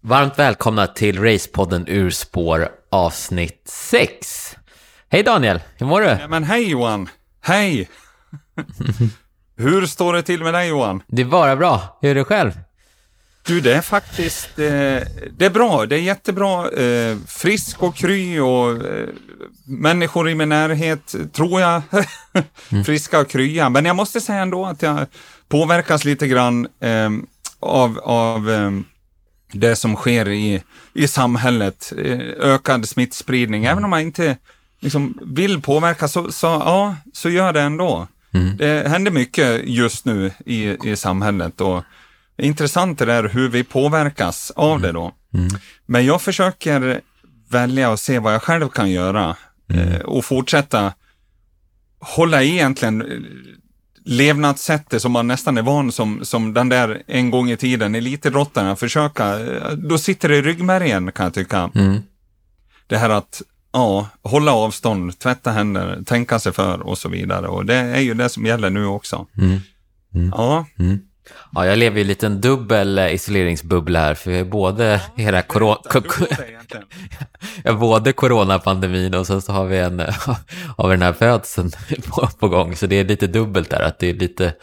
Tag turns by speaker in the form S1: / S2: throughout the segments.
S1: Varmt välkomna till Racepodden Urspår avsnitt 6. Hej Daniel, hur mår du?
S2: Ja, men hej Johan, hej! Hur står det till med dig Johan?
S1: Det är bara bra, hur är det själv?
S2: Du, det är faktiskt, det är bra, det är jättebra, frisk och kry och människor i min närhet, tror jag, friska och krya. Men jag måste säga ändå att jag påverkas lite grann av det som sker i samhället, ökad smittspridning. Även om man inte liksom vill påverka så gör det ändå. Det händer mycket just nu i samhället och intressant är det hur vi påverkas av det då. Men jag försöker välja att se vad jag själv kan göra och fortsätta hålla i egentligen levnadssättet som man nästan är van som den där en gång i tiden elitidrottarna försöka, då sitter det i ryggmärgen kan jag tycka. Det här att hålla avstånd, tvätta händer, tänka sig för och så vidare, och det är ju det som gäller nu också.
S1: Ja, jag lever i en liten dubbel isoleringsbubbla här, för jag är både hela både coronapandemin och sen så har vi den här födseln på gång, så det är lite dubbelt där, att det är lite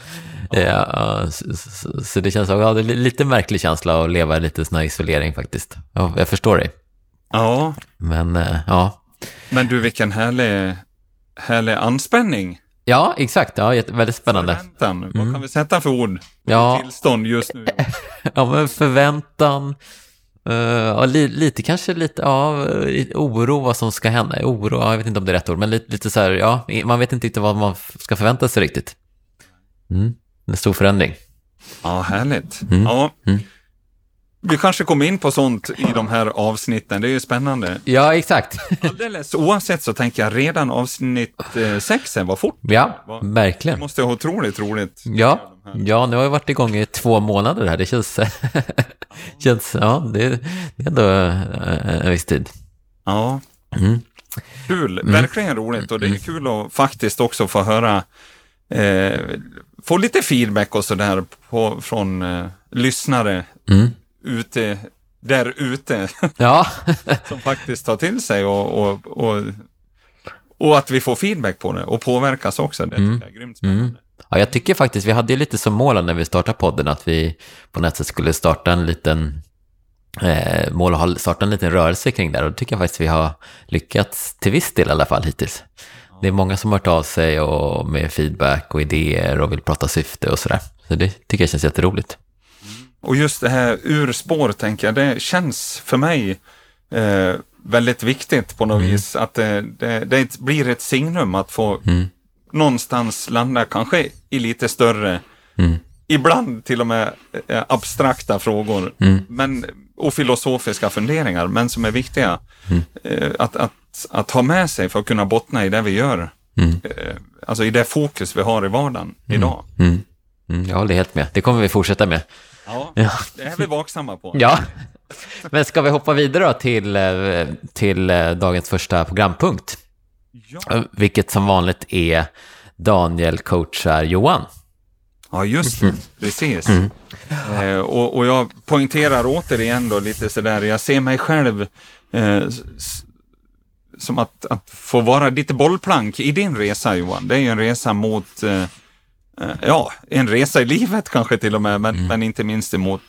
S1: så det känns det är lite märklig känsla att leva i lite sån här isolering faktiskt. Ja, jag förstår dig.
S2: Ja.
S1: Men
S2: du, vilken härlig anspänning.
S1: Ja, exakt. Ja, väldigt spännande.
S2: Förväntan. Vad kan vi sätta för ord? Tillstånd just nu.
S1: Ja, men förväntan. Lite kanske lite oro vad som ska hända. Oro, jag vet inte om det är rätt ord, men lite så här, man vet inte riktigt vad man ska förvänta sig riktigt. En stor förändring.
S2: Ja, härligt. Vi kanske kommer in på sånt i de här avsnitten, det är ju spännande.
S1: Ja, exakt.
S2: Alldeles oavsett så tänker jag redan avsnitt 6 var fort.
S1: Ja, verkligen.
S2: Det måste vara otroligt roligt.
S1: Ja, nu har jag varit igång i 2 månader här, det känns, det är ändå en viss tid.
S2: Ja, kul, verkligen roligt, och det är kul att faktiskt också få höra, få lite feedback och sådär från lyssnare där ute som faktiskt tar till sig och att vi får feedback på det och påverkas också. Det tycker jag är grymt spännande.
S1: Ja, jag tycker faktiskt, vi hade ju lite som mål när vi startade podden att vi på något sätt skulle starta en liten starta en liten rörelse kring det, och då tycker jag faktiskt vi har lyckats till viss del i alla fall hittills. Det är många som har hört av sig och med feedback och idéer och vill prata syfte och sådär. Så det tycker jag känns jätteroligt.
S2: Och just det här urspår, tänker jag, det känns för mig väldigt viktigt på något vis, att det blir ett signum att få någonstans landa kanske i lite större, ibland till och med abstrakta frågor, och filosofiska funderingar, men som är viktiga att ha med sig för att kunna bottna i det vi gör, alltså i det fokus vi har i vardagen idag.
S1: Jag håller helt med, det kommer vi fortsätta med.
S2: Ja, det är vi vaksamma på.
S1: Ja, men ska vi hoppa vidare då till dagens första programpunkt? Ja. Vilket som vanligt är Daniel coachar Johan.
S2: Ja, just det. Precis. Och jag poängterar återigen då lite sådär, jag ser mig själv som att få vara lite bollplank i din resa, Johan. Det är ju en resa mot... en resa i livet kanske till och med, men inte minst emot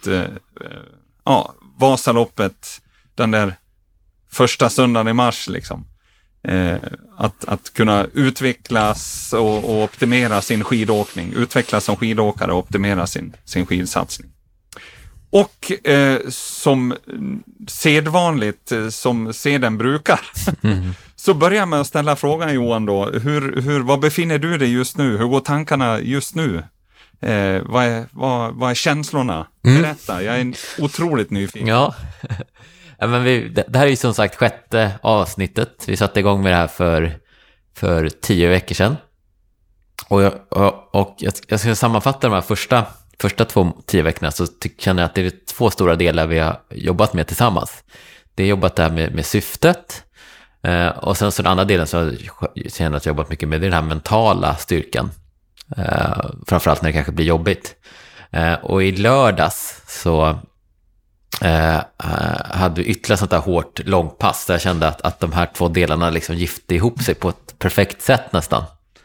S2: Vasaloppet den där första söndagen i mars liksom. Att kunna utvecklas och optimera sin skidåkning, utvecklas som skidåkare och optimera sin skidsatsning. Och som sedvanligt, som seden brukar, så börjar jag med att ställa frågan, Johan, då. Vad befinner du dig just nu? Hur går tankarna just nu? Vad är känslorna? Berätta, jag är otroligt nyfiken.
S1: Ja, men det här är ju som sagt 6:e avsnittet. Vi satte igång med det här för 10 veckor sedan. Och jag ska sammanfatta de här första 10 veckorna, så känner jag att det är 2 stora delar vi har jobbat med tillsammans. Det är jobbat där med syftet, och sen så den andra delen så känner jag att jag jobbat mycket med den här mentala styrkan, framförallt när det kanske blir jobbigt. Och i lördags så hade ytterligare sånt där hårt långpass där jag kände att de här två delarna liksom gifte ihop sig på ett perfekt sätt nästan.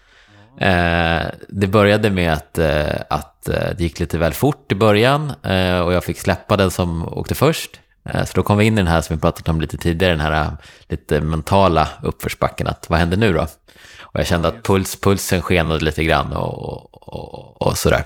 S1: Det började med att det gick lite väl fort i början och jag fick släppa den som åkte först. Så då kom vi in i den här som vi pratat om lite tidigare, den här lite mentala uppförsbacken, att vad händer nu då? Och jag kände att pulsen skenade lite grann och sådär.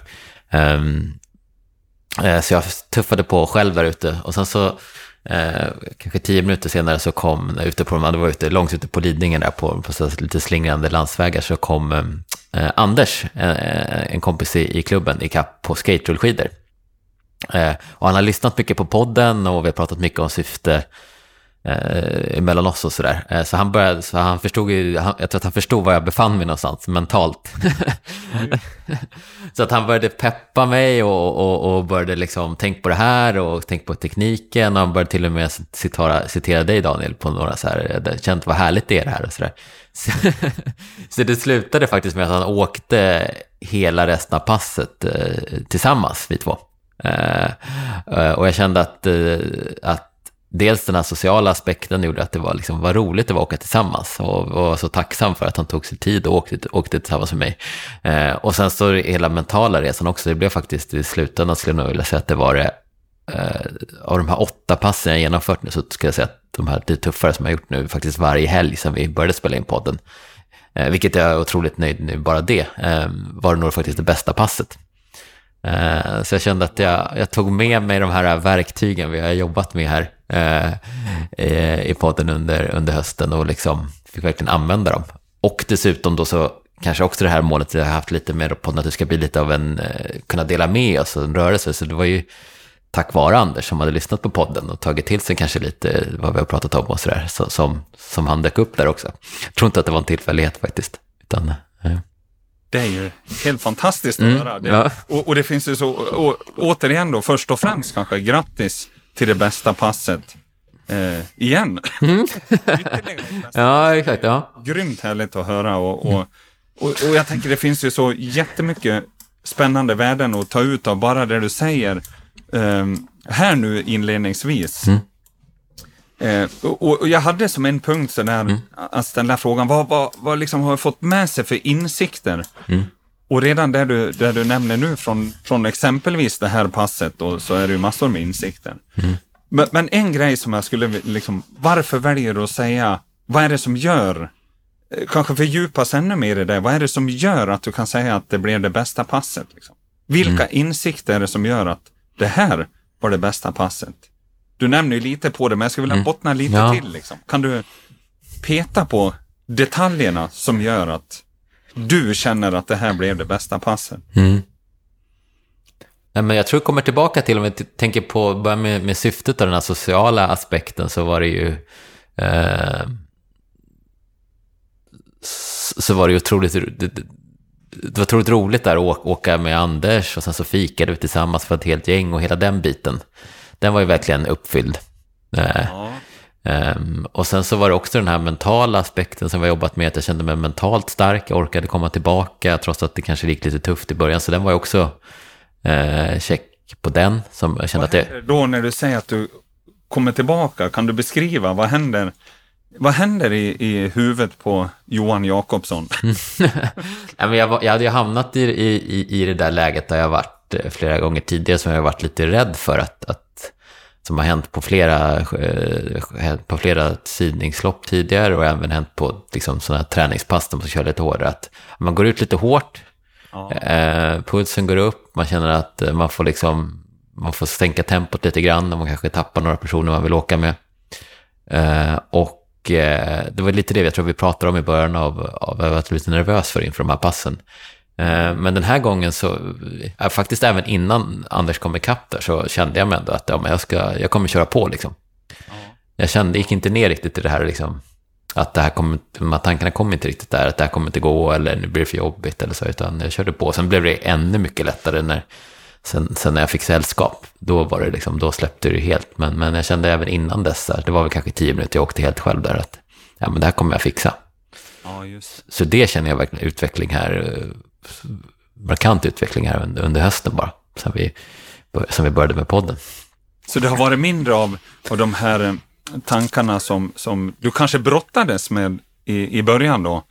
S1: Så jag tuffade på själv där ute och sen så kanske 10 minuter senare så kom det var ute långt ute på Lidingen där på lite slingrande landsvägar, så kom Anders, en kompis i klubben, i kapp på skaterullskidor. Och han har lyssnat mycket på podden och vi har pratat mycket om syfte mellan oss och sådär. Så han förstod ju, jag tror att han förstod var jag befann mig någonstans mentalt. Så att han började peppa mig och började liksom, tänk på det här och tänk på tekniken, och han började till och med citera dig, Daniel, på några så här, det känt vad härligt det är det här och sådär. Så det slutade faktiskt med att han åkte hela resten av passet tillsammans, vi två. Och jag kände att dels den här sociala aspekten gjorde att det var roligt att åka tillsammans, och var så tacksam för att han tog sig tid och åkte tillsammans med mig. Och sen så hela mentala resan också, det blev faktiskt i slutändan, skulle jag nog vilja säga att det var det, av de här 8 passen jag genomfört nu, så ska jag säga att de här lite tuffare som jag gjort nu faktiskt varje helg sedan vi började spela in podden, vilket jag är otroligt nöjd nu, bara det var nog faktiskt det bästa passet. Så jag kände att jag tog med mig de här verktygen vi har jobbat med här i podden under hösten och liksom fick verkligen använda dem. Och dessutom då så kanske också det här målet jag har haft lite med podden, att det ska bli lite av kunna dela med oss, en rörelse. Så det var ju tack vare Anders som hade lyssnat på podden och tagit till sig kanske lite vad vi har pratat om och sådär, som han dök upp där också. Jag tror inte att det var en tillfällighet faktiskt, utan...
S2: Det är ju helt fantastiskt att höra.
S1: Ja.
S2: Och det finns ju så, och återigen då, först och främst kanske grattis till det bästa passet igen.
S1: Ja, exakt. Ja.
S2: Grymt härligt att höra och jag tänker det finns ju så jättemycket spännande värden att ta ut av bara det du säger här nu inledningsvis. Och jag hade som en punkt så där att ställa frågan, vad liksom har jag fått med sig för insikter? Och redan där du nämner nu från exempelvis det här passet, och så är det ju massor med insikter. Men en grej som jag skulle liksom, varför väljer du att säga, vad är det som gör, kanske fördjupas ännu mer i det, vad är det som gör att du kan säga att det blev det bästa passet? Liksom? Vilka insikter är det som gör att det här var det bästa passet? Du nämner ju lite på det, men jag skulle vilja bottna lite till. Liksom. Kan du peta på detaljerna som gör att du känner att det här blev det bästa passet?
S1: Nej, men jag tror jag kommer tillbaka till, om vi tänker på, börja med syftet av den här sociala aspekten, så var det ju otroligt, det var otroligt roligt där att åka med Anders, och sen så fikade vi tillsammans för ett helt gäng, och hela den biten, den var ju verkligen uppfylld. Och sen så var det också den här mentala aspekten som vi har jobbat med, att jag kände mig mentalt stark, jag orkade komma tillbaka trots att det kanske gick lite tufft i början, så den var ju också check på den, som jag kände att det... Då
S2: när du säger att du kommer tillbaka, kan du beskriva vad händer i huvudet på Johan Jakobsson?
S1: Jag hade ju hamnat i det där läget där jag varit flera gånger tidigare, som jag har varit lite rädd för att som har hänt på flera sidningslopp tidigare, och även hänt på liksom sådana här träningspass där man ska köra lite hårdare, att man går ut lite hårt, pulsen går upp, man känner att man får sänka tempot lite grann, och man kanske tappar några personer man vill åka med, och det var lite det jag tror vi pratade om i början av att jag var lite nervös inför de här passen. Men den här gången så, faktiskt även innan Anders kom ikapp där, så kände jag mig ändå att jag kommer köra på liksom. Jag gick inte ner riktigt i det här liksom, att de här tankarna kom inte riktigt där, att det här kommer inte gå, eller nu blir det för jobbigt eller så, utan jag körde på. Sen blev det ännu mycket lättare sen när jag fick sällskap. Då var det liksom, då släppte det helt, men jag kände även innan dess, det var väl kanske 10 minuter jag åkte helt själv där, att men det här kommer jag fixa.
S2: Just.
S1: Så det känner jag verkligen utveckling här, markant utveckling här under hösten bara, som vi började med podden.
S2: Så det har varit mindre av de här tankarna som du kanske brottades med i början då.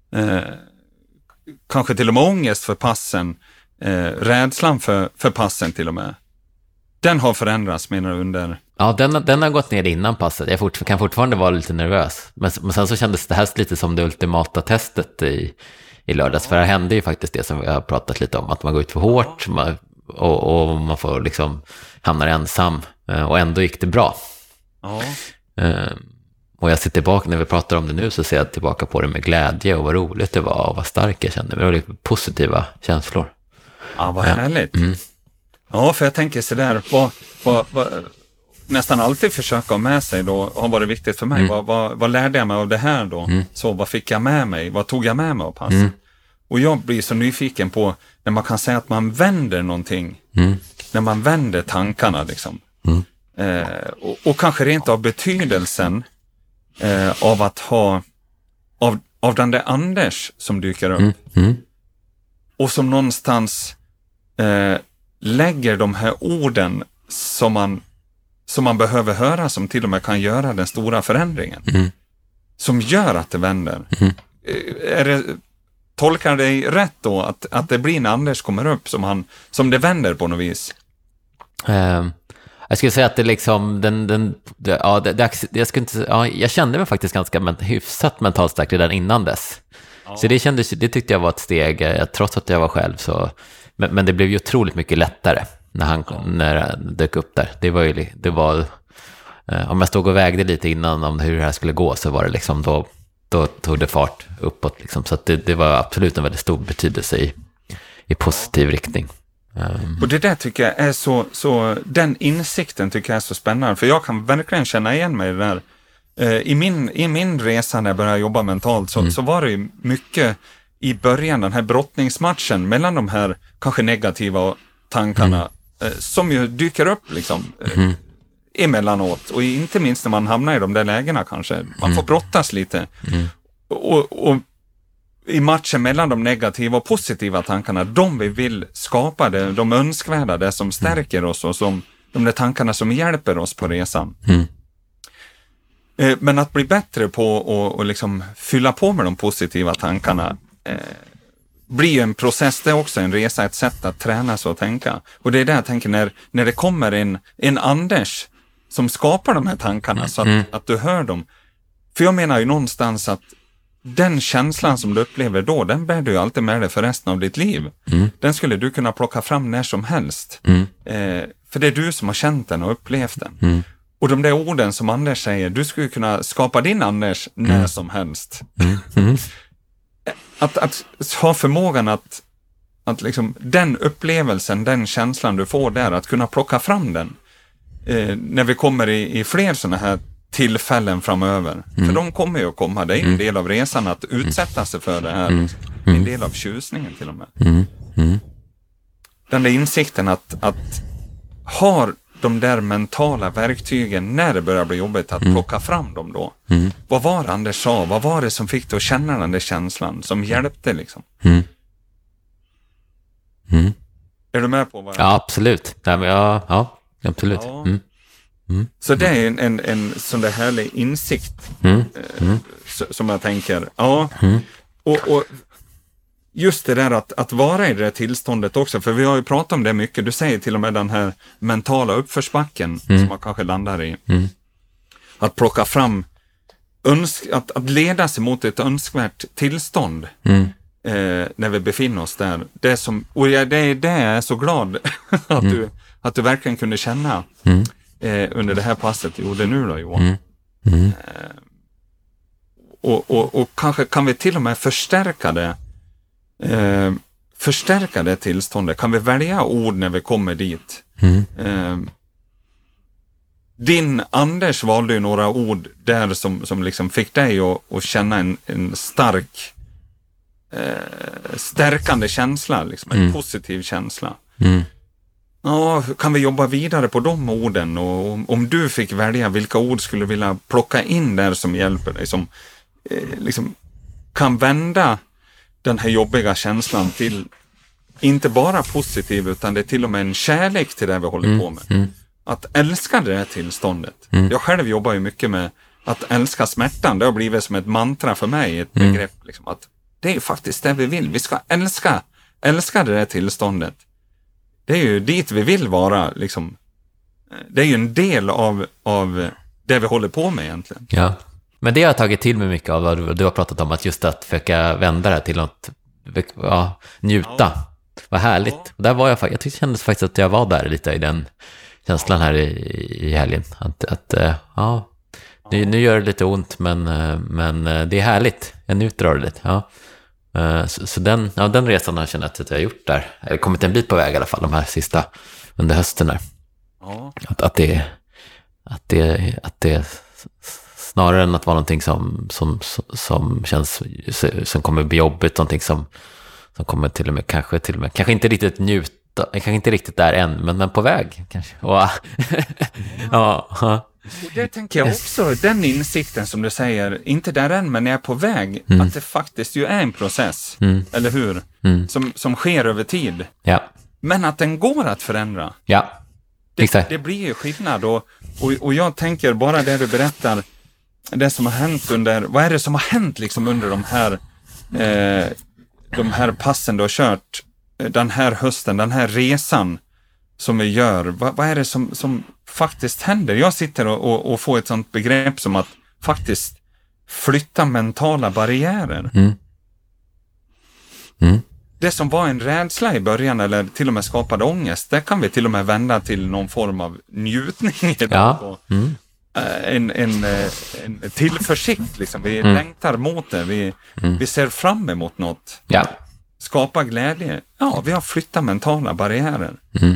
S2: Kanske till och med ångest för passen, rädslan för passen till och med. Den har förändrats, menar du, under...
S1: Ja, den har gått ner innan passet. Jag kan fortfarande vara lite nervös. Men sen så kändes det här lite som det ultimata testet i lördags. För här hände ju faktiskt det som vi har pratat lite om. Att man går ut för hårt och man får liksom hamnar ensam. Och ändå gick det bra.
S2: Ja.
S1: Och jag ser tillbaka, när vi pratar om det nu så ser jag tillbaka på det med glädje och vad roligt det var och vad stark jag kände. Det var lite positiva känslor.
S2: Ja, vad härligt. Ja, för jag tänker så där, vad nästan alltid försöka ha med sig då har varit viktigt för mig. Vad lärde jag mig av det här då? Så vad fick jag med mig? Vad tog jag med mig av passen? Och jag blir så nyfiken på när man kan säga att man vänder någonting. När man vänder tankarna liksom. Och kanske rent av betydelsen av att ha av den där Anders som dyker upp. Och som någonstans lägger de här orden som man behöver höra, som till och med kan göra den stora förändringen. Som gör att det vänder. Tolkar det rätt då att det blir när Anders kommer upp som det vänder på något vis?
S1: Jag skulle säga att det liksom jag kände mig faktiskt ganska hyfsat mentalt stark redan innan dess. Så det tyckte jag var ett steg, trots att jag var själv så, men det blev ju otroligt mycket lättare när han dök upp där. Det var om jag stod och vägde lite innan om hur det här skulle gå, så var det liksom då tog det fart uppåt liksom. Så att det var absolut en väldigt stor betydelse i positiv riktning.
S2: Och det där tycker jag är så den insikten tycker jag är så spännande, för jag kan verkligen känna igen mig där. I min resa när jag började jobba mentalt så var det ju mycket i början, den här brottningsmatchen mellan de här kanske negativa tankarna som ju dyker upp liksom emellanåt, och inte minst när man hamnar i de där lägena kanske man får brottas lite och i matchen mellan de negativa och positiva tankarna, de vi vill skapa, de önskvärda, det som stärker oss och som de där tankarna som hjälper oss på resan. Men att bli bättre på och liksom fylla på med de positiva tankarna blir en process, det är också en resa, ett sätt att träna sig och tänka. Och det är det jag tänker när det kommer en Anders som skapar de här tankarna så att du hör dem. För jag menar ju någonstans att den känslan som du upplever då, den bär du ju alltid med dig för resten av ditt liv. Den skulle du kunna plocka fram när som helst. För det är du som har känt den och upplevt den. Och de där orden som Anders säger, du skulle kunna skapa din Anders när som helst. Att ha förmågan att liksom, den upplevelsen, den känslan du får där, att kunna plocka fram den när vi kommer i fler sådana här tillfällen framöver. För de kommer ju att komma. Det är en del av resan att utsätta sig för det här. En del av tjusningen till och med. Den där insikten att har de där mentala verktygen när det börjar bli jobbigt att plocka fram dem då. Vad var det Anders sa? Vad var det som fick dig att känna den där känslan som hjälpte liksom? Är du med på vad jag...
S1: Ja, absolut. Ja, absolut.
S2: Ja. Så det är en sån där härlig insikt som jag tänker. Ja. Och just det där att vara i det där tillståndet också, för vi har ju pratat om det mycket. Du säger till och med den här mentala uppförsbacken som man kanske landar i. Att plocka fram att leda sig mot ett önskvärt tillstånd när vi befinner oss där. Det är jag är så glad att du verkligen kunde känna under det här passet du gjorde nu då, Johan. Och kanske kan vi till och med förstärka det tillståndet. Kan vi välja ord när vi kommer dit? Din Anders valde ju några ord där som liksom fick dig att känna en stark stärkande känsla, liksom en positiv känsla. Ja, kan vi jobba vidare på de orden, och om du fick välja, vilka ord skulle du vilja plocka in där som hjälper dig, som liksom kan vända den här jobbiga känslan till inte bara positiv, utan det är till och med en kärlek till det vi håller på med. att älska det här tillståndet. Jag själv jobbar ju mycket med att älska smärtan. Det har blivit som ett mantra för mig, ett begrepp liksom, att det är faktiskt det vi vill. Vi ska älska det här tillståndet. Det är ju dit vi vill vara liksom. Det är ju en del av det vi håller på med egentligen.
S1: Ja, men det har jag tagit till mig mycket av vad du har pratat om, att just att försöka vända det här till något, njuta. Vad härligt. Och där var jag tyckte det kändes faktiskt att jag var där lite i den känslan här i helgen. Nu gör det lite ont, men det är härligt. Jag njuter av det lite. Ja. Så den resan har jag känt att jag har gjort där. Jag har kommit en bit på väg i alla fall, de här sista under hösten där.
S2: Ja.
S1: Att det snarare än att vara någonting som känns, som kommer bli jobbigt, någonting som kommer till och med kanske inte riktigt njuta, kanske inte riktigt där än, men på väg kanske.
S2: Och det tänker jag också, den insikten som du säger, inte där än, men jag är på väg, att det faktiskt ju är en process, eller hur? Som sker över tid.
S1: Ja.
S2: Men att den går att förändra.
S1: Ja.
S2: Det blir ju skillnad, och jag tänker bara det du berättar, det som har hänt vad är det som har hänt liksom under de här passen du har kört, den här hösten, den här resan som vi gör, vad är det som faktiskt händer? Jag sitter och får ett sånt begrepp som att faktiskt flytta mentala barriärer. Det som var en rädsla i början, eller till och med skapade ångest, det kan vi till och med vända till någon form av njutning idag. En tillförsikt liksom. Vi längtar mot det, vi ser fram emot något.
S1: Ja.
S2: Skapa glädje. Ja, vi har flyttat mentala barriärer.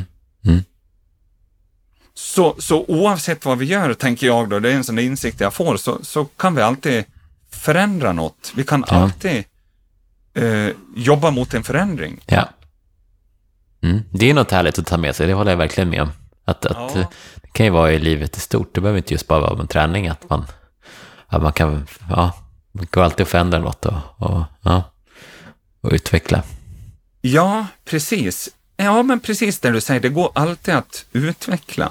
S2: Så oavsett vad vi gör, tänker jag då, det är en sån insikt jag får, så kan vi alltid förändra något. Vi kan alltid jobba mot en förändring.
S1: Ja. Det är något härligt att ta med sig, det håller jag verkligen med om. Att det kan ju vara i livet i stort, det behöver inte just bara vara en träning, att man kan, man kan alltid förändra något och utveckla.
S2: Ja, precis. Ja, men precis det du säger, det går alltid att utveckla.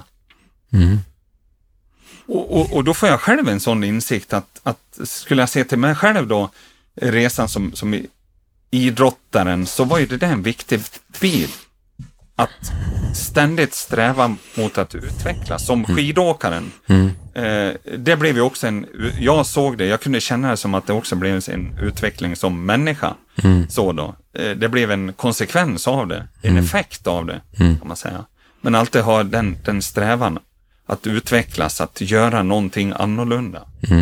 S2: Och då får jag själv en sån insikt att skulle jag se till mig själv då, resan som idrottaren, så var ju det där en viktig bit. Att ständigt sträva mot att utvecklas som skidåkaren. Det blev ju också jag såg det, jag kunde känna det som att det också blev en utveckling som människa. Så då. Det blev en konsekvens av det, en effekt av det, kan man säga. Men alltid ha den strävan att utvecklas, att göra någonting annorlunda.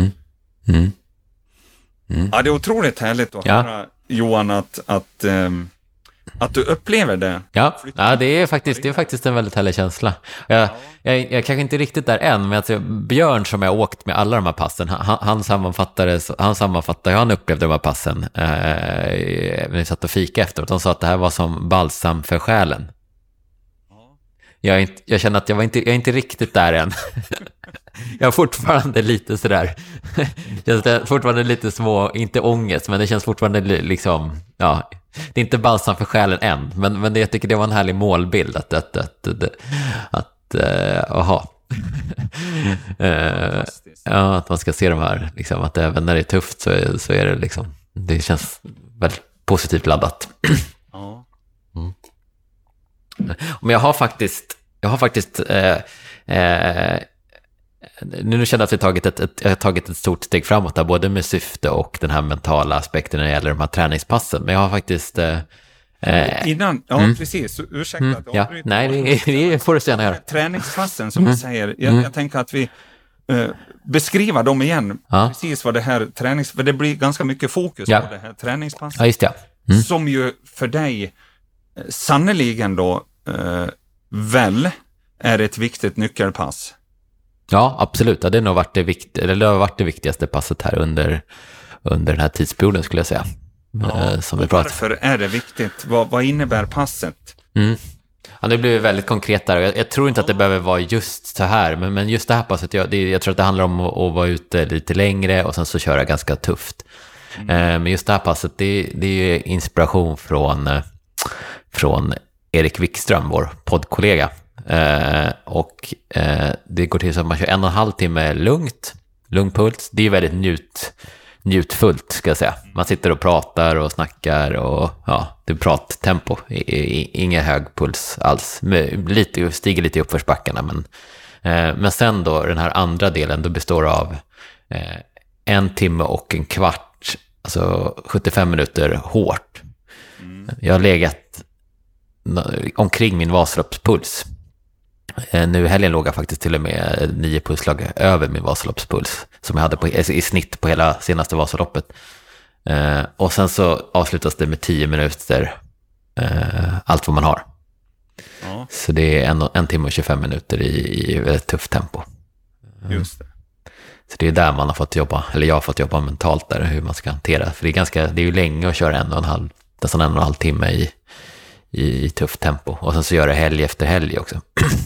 S2: Ja, det är otroligt härligt att höra, Johan, att du upplever det.
S1: Ja, det är faktiskt en väldigt härlig känsla. Jag kanske inte riktigt där än, men alltså, Björn som jag åkt med alla de här passen, han sammanfattar hur han upplevde de här passen. Vi satt och fika efteråt. Han sa att det här var som balsam för själen. Jag känner att jag är inte riktigt där än. Jag är fortfarande lite sådär. Jag är fortfarande lite inte ångest, men det känns fortfarande liksom, det är inte balsam för själen än, men jag tycker det var en härlig målbild att man ska se de här liksom, att även när det är tufft så är det liksom, det känns väldigt positivt laddat. Men jag har faktiskt nu känner jag att jag har tagit ett stort steg framåt där, både med syfte och den här mentala aspekten när det gäller de här träningspassen. Men jag har faktiskt
S2: precis, ursäkta att jag
S1: avbryter. Nej, det får du gärna göra.
S2: Träningspassen som du säger, jag tänker att vi beskriva dem igen, precis vad det här för det blir ganska mycket fokus på det här träningspasset.
S1: Ja, just det.
S2: Som ju för dig sannoliken då väl är ett viktigt nyckelpass.
S1: Ja, absolut. Det har nog varit det viktigaste passet här under den här tidsperioden, skulle jag säga. Som vi pratar.
S2: Varför är det viktigt? Vad innebär passet?
S1: Ja, det blir väldigt konkret där. Jag tror inte att det behöver vara just så här, men just det här passet, jag tror att det handlar om att vara ute lite längre och sen så köra ganska tufft. Men just det här passet, det är ju inspiration från Erik Wikström, vår poddkollega. Det går till så att man kör 1,5 timme lugn puls. Det är väldigt njutfullt, ska jag säga. Man sitter och pratar och snackar och det är prattempo. Ingen hög puls alls. Stiger lite i uppförsbackarna. Men sen då, den här andra delen, då består av 1 timme och en kvart, alltså 75 minuter hårt. Jag har legat omkring min Vasaloppspuls. Nu i helgen låg jag faktiskt till och med 9 pulsslag över min Vasaloppspuls som jag hade i snitt på hela senaste Vasaloppet. Och sen så avslutas det med 10 minuter allt vad man har. Ja. Så det är 1 timme och 25 minuter i ett tufft tempo.
S2: Just det.
S1: Så det är där man har fått jobba, eller jag har fått jobba mentalt där, hur man ska hantera. För det är ju länge att köra nästan 1,5 timme i tufft tempo. Och sen så gör det helg efter helg också.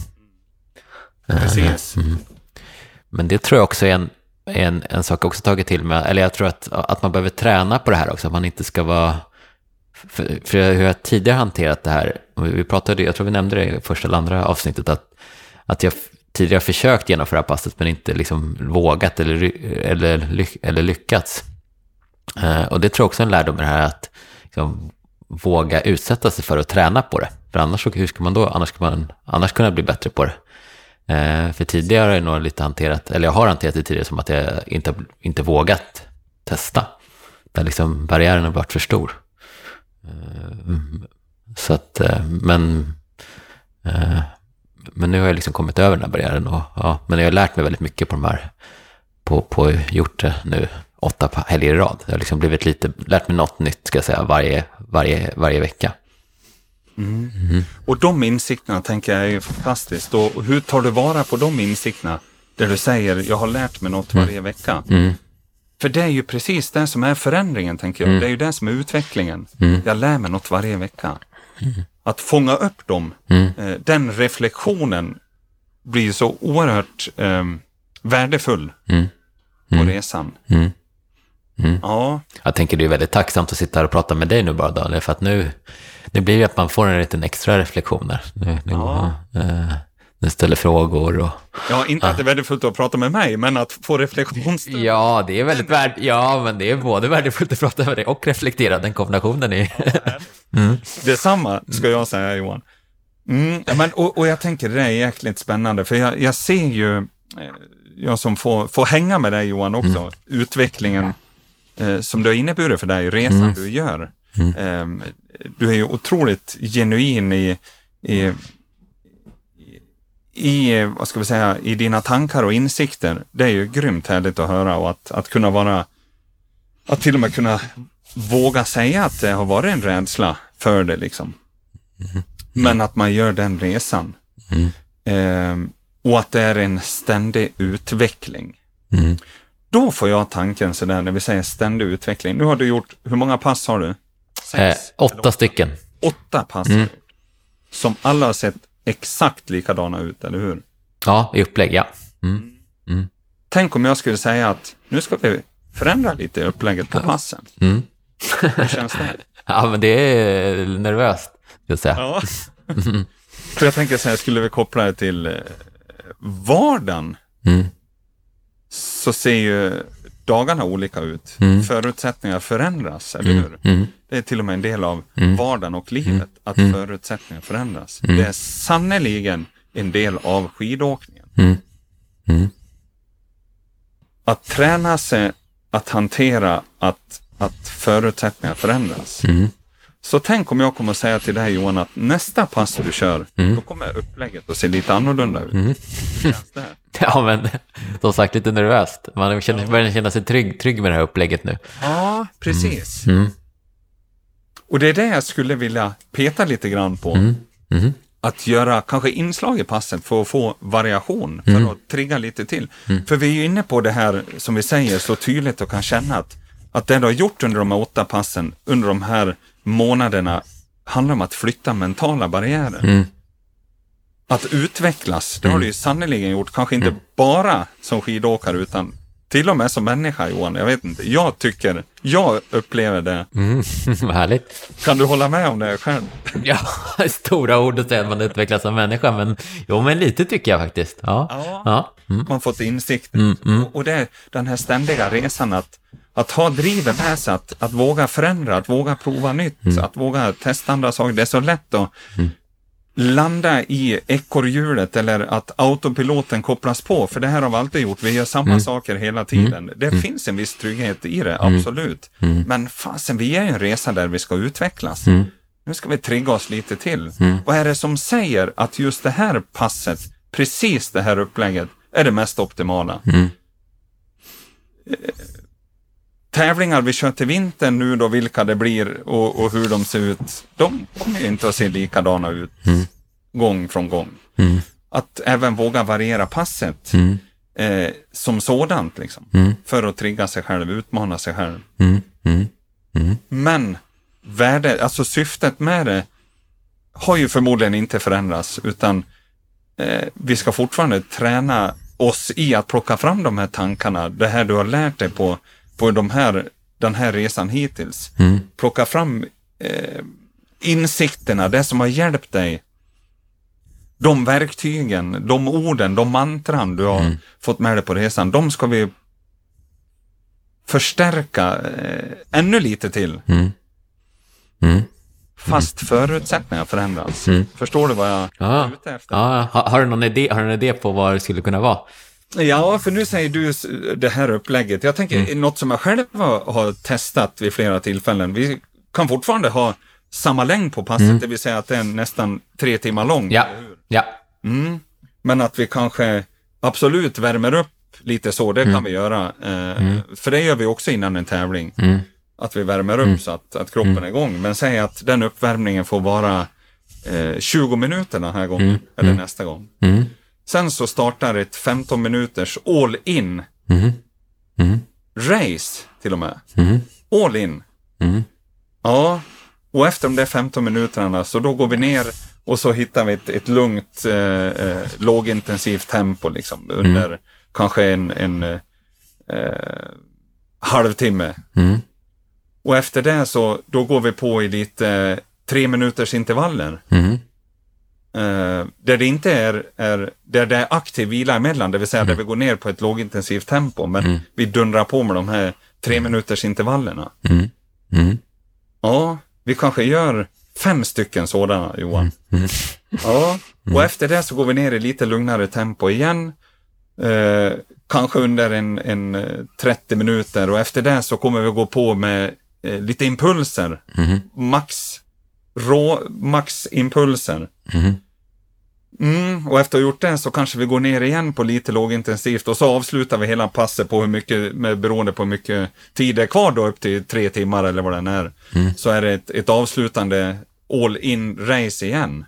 S2: Precis.
S1: Men det tror jag också är en sak jag också tagit till med. Eller jag tror att man behöver träna på det här också. Att man inte ska vara... För hur jag tidigare hanterat det här. Vi pratade, jag tror vi nämnde det i första eller andra avsnittet. Att jag tidigare försökt genomföra passet men inte liksom vågat eller lyckats. Och det tror jag också är en lärdom med det här att liksom, våga utsätta sig för att träna på det. För hur ska man då, annars kunna bli bättre på det. För tidigare har jag nog lite hanterat, eller jag har hanterat det tidigare som att jag inte vågat testa. Där liksom barriären har varit för stor. Så att, men nu har jag liksom kommit över den här barriären men jag har lärt mig väldigt mycket på de här, på gjort det nu 8 helger i rad. Jag har liksom lärt mig något nytt, ska jag säga, varje vecka.
S2: Och de insikterna tänker jag är ju fantastiskt. Och hur tar du vara på de insikterna där du säger, jag har lärt mig något varje vecka? För det är ju precis det som är förändringen, tänker jag. Det är ju det som är utvecklingen. Jag lär mig något varje vecka. Att fånga upp dem, den reflektionen blir så oerhört värdefull på resan. Ja.
S1: Jag tänker det är väldigt tacksamt att sitta här och prata med dig nu bara, Daniel, för att nu blir det att man får en liten extra reflektion där. Nu ställer frågor och...
S2: Ja, inte att det är värdefullt att prata med mig, men att få reflektionsstund.
S1: Ja, det är väldigt men det är både värdefullt att prata med dig och reflektera, den kombinationen är...
S2: Detsamma ska jag säga, Johan. Men, och jag tänker det är jäkligt spännande, för jag ser ju, jag som får hänga med dig, Johan, också, utvecklingen som det har inneburit för dig, resan du gör. Du är ju otroligt genuin i vad ska vi säga, i dina tankar och insikter. Det är ju grymt härligt att höra, och att kunna vara, att till och med kunna våga säga att det har varit en rädsla för det liksom. Men att man gör den resan. Och att det är en ständig utveckling. Då får jag tanken sådär när vi säger ständig utveckling. Nu har du gjort, hur många pass har du?
S1: 8 stycken.
S2: 8 pass som alla har sett exakt likadana ut, eller hur?
S1: Ja, i upplägg, ja.
S2: Tänk om jag skulle säga att nu ska vi förändra lite upplägget på passen. Hur känns det?
S1: Ja, men det är nervöst, vill jag säga.
S2: Ja. För jag tänker så här, skulle vi koppla det till vardagen, så ser ju dagarna olika ut. Förutsättningar förändras, eller hur? Det är till och med en del av vardagen och livet, att förutsättningar förändras. Det är sannoliken en del av skidåkningen. Att träna sig att hantera att förutsättningar förändras. Så tänk om jag kommer att säga till dig, Johan, att nästa pass du kör, då kommer upplägget att se lite annorlunda ut.
S1: Ja, men som sagt lite nervöst. Man börjar känna sig trygg med det här upplägget nu.
S2: Ja, precis. Och det är det jag skulle vilja peta lite grann på. Att göra kanske inslag i passet för att få variation, för att trigga lite till. För vi är ju inne på det här som vi säger så tydligt och kan känna att det du har gjort under de här 8 passen, under de här månaderna, handlar om att flytta mentala barriärer. Att utvecklas, det har du ju sannoliken gjort, kanske inte bara som skidåkare, utan Till och med som människa, Johan, jag vet inte. Jag upplever det.
S1: Vad härligt.
S2: Kan du hålla med om det själv?
S1: Ja, stora ord att säga att man utvecklas som människa, men lite tycker jag faktiskt. Ja.
S2: Man har fått insikt. Och det är den här ständiga resan att ha drivet med sig, att våga förändra, att våga prova nytt, att våga testa andra saker. Det är så lätt att landa i ekorrhjulet eller att autopiloten kopplas på, för det här har vi alltid gjort. Vi gör samma saker hela tiden. Det finns en viss trygghet i det, absolut. Men fasen, vi är ju en resa där vi ska utvecklas. Nu ska vi trigga oss lite till. Vad är det som säger att just det här passet, precis det här upplägget, är det mest optimala? Tävlingar vi kör till vintern nu då, vilka det blir och hur de ser ut, de kommer ju inte att se likadana ut gång från gång. Att även våga variera passet som sådant liksom, för att trigga sig själv, utmana sig själv. Men värdet, alltså syftet med det har ju förmodligen inte förändrats, utan vi ska fortfarande träna oss i att plocka fram de här tankarna, det här du har lärt dig på den här resan hittills. Plocka fram insikterna, det som har hjälpt dig, de verktygen, de orden, de mantran du har fått med dig på resan, de ska vi förstärka ännu lite till. Fast förutsättningar förändras. Förstår du vad jag är ute efter?
S1: Ja. Har du någon idé på vad det skulle kunna vara?
S2: Ja, för nu säger du det här upplägget. Jag tänker något som jag själv har testat vid flera tillfällen. Vi kan fortfarande ha samma längd på passet, det vill säga att det är nästan 3 timmar lång.
S1: Ja.
S2: Men att vi kanske absolut värmer upp lite så, det kan vi göra. För det gör vi också innan en tävling. Att vi värmer upp så att kroppen är igång. Men säg att den uppvärmningen får vara 20 minuter den här gången, eller nästa gång. Sen så startar ett 15 minuters all in race till och med. All in. Ja, och efter de där 15 minuterna så då går vi ner och så hittar vi ett lugnt lågintensivt tempo liksom, under kanske en halvtimme. Och efter det så då går vi på i lite 3 minuters intervaller. Där det inte är där det är aktiv vila emellan, det vill säga där vi går ner på ett lågintensivt tempo, men vi dundrar på med de här 3 minuters intervallerna. Ja, vi kanske gör 5 stycken sådana, Johan. Ja, och efter det så går vi ner i lite lugnare tempo igen. Kanske under en 30 minuter, och efter det så kommer vi gå på med lite impulser. Max impulser. Och efter att ha gjort det så kanske vi går ner igen på lite lågintensivt, och så avslutar vi hela passet på hur mycket, beroende på hur mycket tid det är kvar då, upp till 3 timmar eller vad den är. Så är det ett avslutande all-in race igen.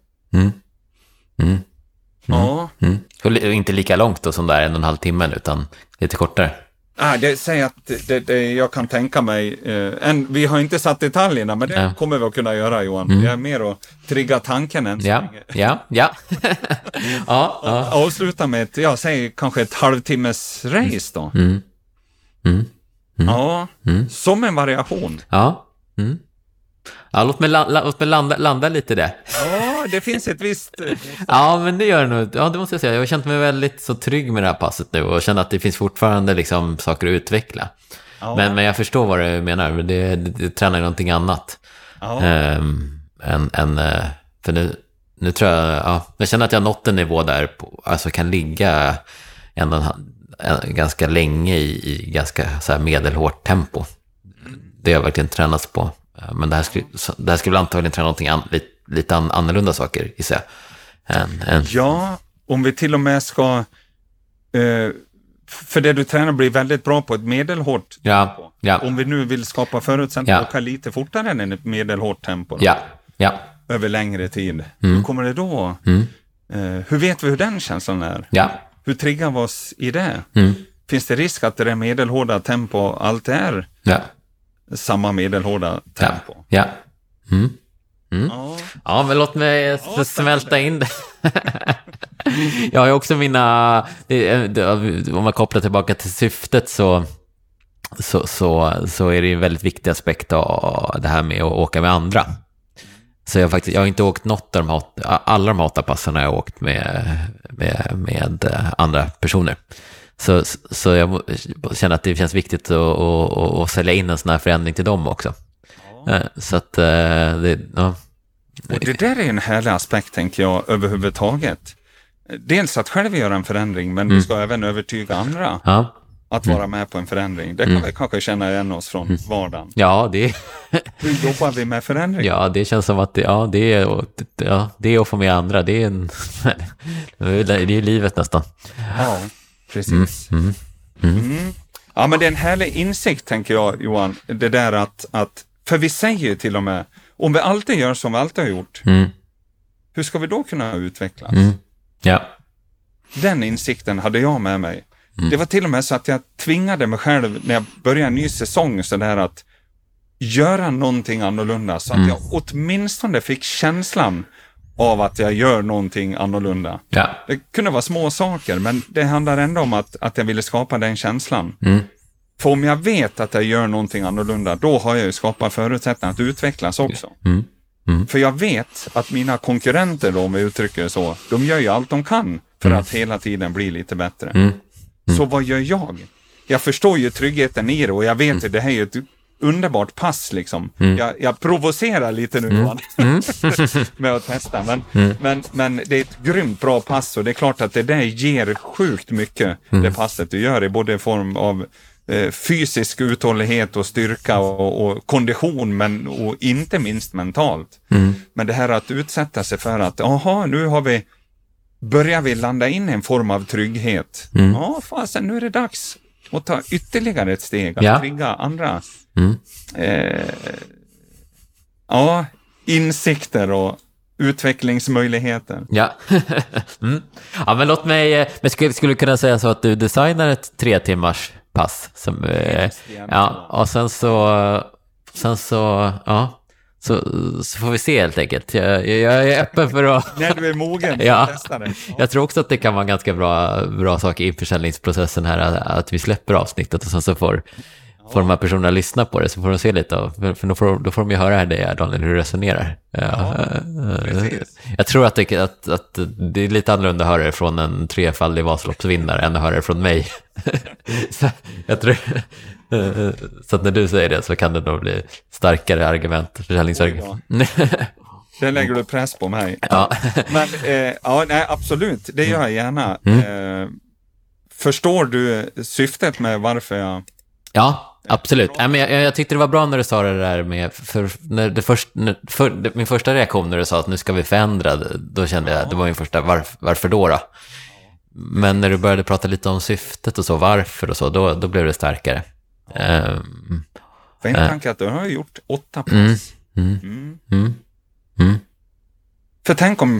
S2: Ja.
S1: Inte lika långt då som där 1,5 timmar, utan lite kortare.
S2: Det säger att jag kan tänka mig, vi har inte satt detaljerna, men det kommer vi att kunna göra, Johan. Det är mer att trigga tanken än så länge. Ja. Avsluta med säg kanske ett halvtimmes race då. Ja, som en variation.
S1: Ja, låt mig landa lite där.
S2: Ja, det finns ett visst...
S1: Ja, men det gör det nog. Ja, det måste jag säga. Jag har känt mig väldigt så trygg med det här passet nu och känner att det finns fortfarande liksom saker att utveckla. Ja. Men jag förstår vad du menar. Det tränar någonting annat. Ja. För nu tror jag känner att jag har nått en nivå där alltså kan ligga ganska länge i ganska så här medelhårt tempo. Det har jag verkligen tränats på. Men det här skulle antagligen träna någonting lite annorlunda saker i sig.
S2: Ja, om vi till och med ska... för det du tränar blir väldigt bra på ett medelhårt tempo. Ja. Om vi nu vill skapa förutsättningar att åka lite fortare än ett medelhårt tempo.
S1: Ja.
S2: Över längre tid. Hur kommer det då? Hur vet vi hur den känslan är?
S1: Ja.
S2: Hur triggar vi oss i det? Finns det risk att det där medelhårda tempo allt är samma medelhårda tempo?
S1: Ja. Ja, men låt mig smälta in det. Jag har ju också om man kopplar tillbaka till syftet så är det en väldigt viktig aspekt av det här med att åka med andra. Så jag har inte åkt något av alla de 8 passen har jag åkt med andra personer. Så jag känner att det känns viktigt att sälja in en sån här förändring till dem också. Ja. Så att ja.
S2: Och det där är en härlig aspekt, tänker jag, överhuvudtaget. Dels att själv göra en förändring, men du ska även övertyga andra att vara med på en förändring. Det kan vi kanske känna igen oss från vardagen.
S1: Ja, det
S2: Hur jobbar vi med förändring?
S1: Ja, det känns som att det är att få med andra. Det är det är livet nästan.
S2: Ja, precis. Ja, men det är en härlig insikt, tänker jag, Johan. Det där att för vi säger ju till och med, om vi alltid gör som vi alltid har gjort, hur ska vi då kunna utvecklas?
S1: Ja.
S2: Den insikten hade jag med mig. Det var till och med så att jag tvingade mig själv när jag började en ny säsong så där att göra någonting annorlunda så att jag åtminstone fick känslan av att jag gör någonting annorlunda.
S1: Ja.
S2: Det kunde vara små saker, men det handlar ändå om att jag ville skapa den känslan. För om jag vet att jag gör någonting annorlunda, då har jag ju skapat förutsättningar att utvecklas också. För jag vet att mina konkurrenter, då, om vi uttrycker det så, de gör ju allt de kan för att hela tiden bli lite bättre. Så vad gör jag? Jag förstår ju tryggheten i det och jag vet att det här är ju ett underbart pass liksom. Jag provocerar lite nu med att testa, men det är ett grymt bra pass och det är klart att det där ger sjukt mycket det passet du gör i både form av fysisk uthållighet och styrka och kondition, men och inte minst mentalt. Men det här att utsätta sig för att nu börjar vi landa in i en form av trygghet. Ja, fasen, nu är det dags att ta ytterligare ett steg att trigga andra insikter och utvecklingsmöjligheter.
S1: Ja. Ja, men låt mig skulle kunna säga så att du designar ett 3 timmars pass som och sen så får vi se helt enkelt. Jag är öppen för att
S2: när du är mogen testa det.
S1: Jag tror också att det kan vara en ganska bra sak i försäljningsprocessen här att vi släpper avsnittet och sen så får de här personerna lyssna på det, så får de se lite av, för då får de ju höra det, Daniel, hur du resonerar. Jag tror att det är lite annorlunda att höra det från en 3-faldig Vasaloppsvinnare än att höra det från mig. Så jag tror så att när du säger det så kan det nog bli starkare försäljningsargument.
S2: Det lägger du press på mig. Men nej, absolut, det gör jag gärna. Förstår du syftet med varför jag...
S1: Ja, absolut. Jag tyckte det var bra när du sa det där med... min första reaktion när du sa att nu ska vi förändra, då kände jag, det var min första, varför då? Men när du började prata lite om syftet och så, varför och så, då blev det starkare.
S2: För en tanke att du har gjort 8 pass. För tänk om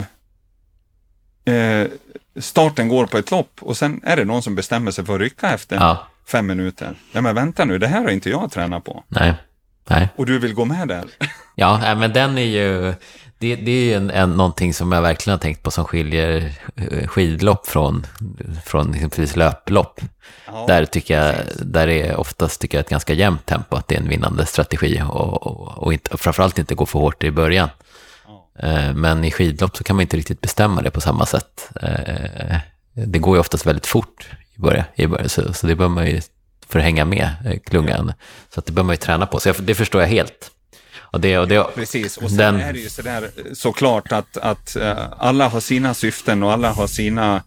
S2: starten går på ett lopp och sen är det någon som bestämmer sig för att rycka efter 5 minuter. Ja, men vänta nu, det här har inte jag tränat på.
S1: Nej.
S2: Och du vill gå med där?
S1: Ja, men den är ju... Det är ju någonting som jag verkligen har tänkt på som skiljer skidlopp från exempelvis löplopp. Där är oftast tycker jag ett ganska jämnt tempo, att det är en vinnande strategi och inte, framförallt inte gå för hårt i början. Men i skidlopp så kan man inte riktigt bestämma det på samma sätt. Det går ju oftast väldigt fort i början så det bör man ju för att hänga med klungan. Så att det bör man ju träna på. Så det förstår jag helt.
S2: Precis, och sen är det ju sådär såklart att alla har sina syften och alla har sina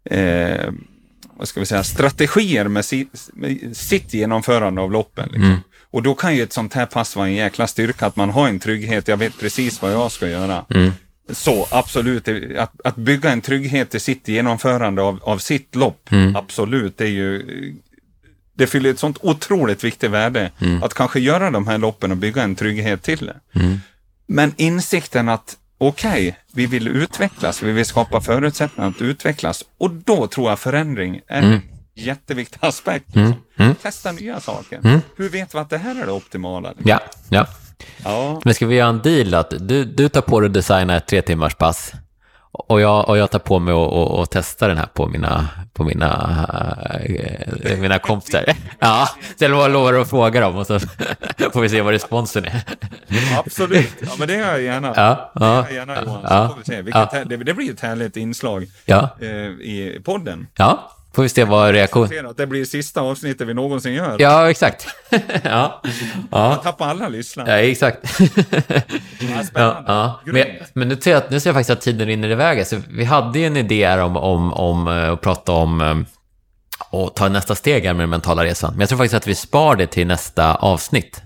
S2: strategier med sitt genomförande av loppen liksom. Och då kan ju ett sånt här pass vara en jäkla styrka, att man har en trygghet, jag vet precis vad jag ska göra. Så absolut, att bygga en trygghet i sitt genomförande av sitt lopp, absolut, det fyller ett sånt otroligt viktigt värde att kanske göra de här loppen och bygga en trygghet till det. Men insikten att vi vill utvecklas, vi vill skapa förutsättningar att utvecklas, och då tror jag förändring är en jätteviktig aspekt. Testa nya saker. Hur vet vi att det här är det optimala? Liksom?
S1: Ja. Men ska vi göra en deal att du tar på dig att designa ett 3 timmars pass Och jag tar på mig och testar den här på mina kompisar. Ja, så jag lovar att fråga dem och så får vi se vad responsen är.
S2: Absolut, ja, men det gör jag gärna. Johan, så får vi se. Det blir ett härligt inslag i podden.
S1: Ja. Får vi se vad reaktion...
S2: Att det blir sista avsnittet vi någonsin gör.
S1: Ja, exakt.
S2: Jag tappar alla lyssnare.
S1: Ja, exakt.
S2: Spännande.
S1: Men nu ser jag faktiskt att tiden rinner iväg. Så vi hade ju en idé här om att prata om och ta nästa steg här med den mentala resan. Men jag tror faktiskt att vi spar det till nästa avsnitt.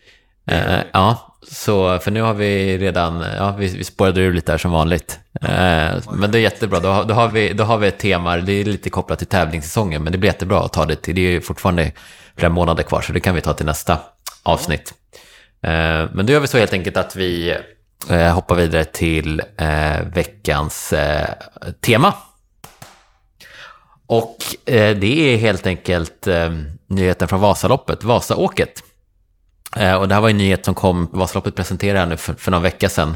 S1: Så för nu har vi redan, vi spårade ur lite här som vanligt. Men det är jättebra, då har vi ett tema, det är lite kopplat till tävlingssäsongen, men det blir jättebra att ta det till, det är ju fortfarande flera månader kvar, så det kan vi ta till nästa avsnitt. Men då gör vi så helt enkelt att vi hoppar vidare till veckans tema. Och det är helt enkelt nyheten från Vasaloppet, Vasaåket. Och det här var en nyhet som kom, Vasaloppet presenterade nu för någon vecka sedan,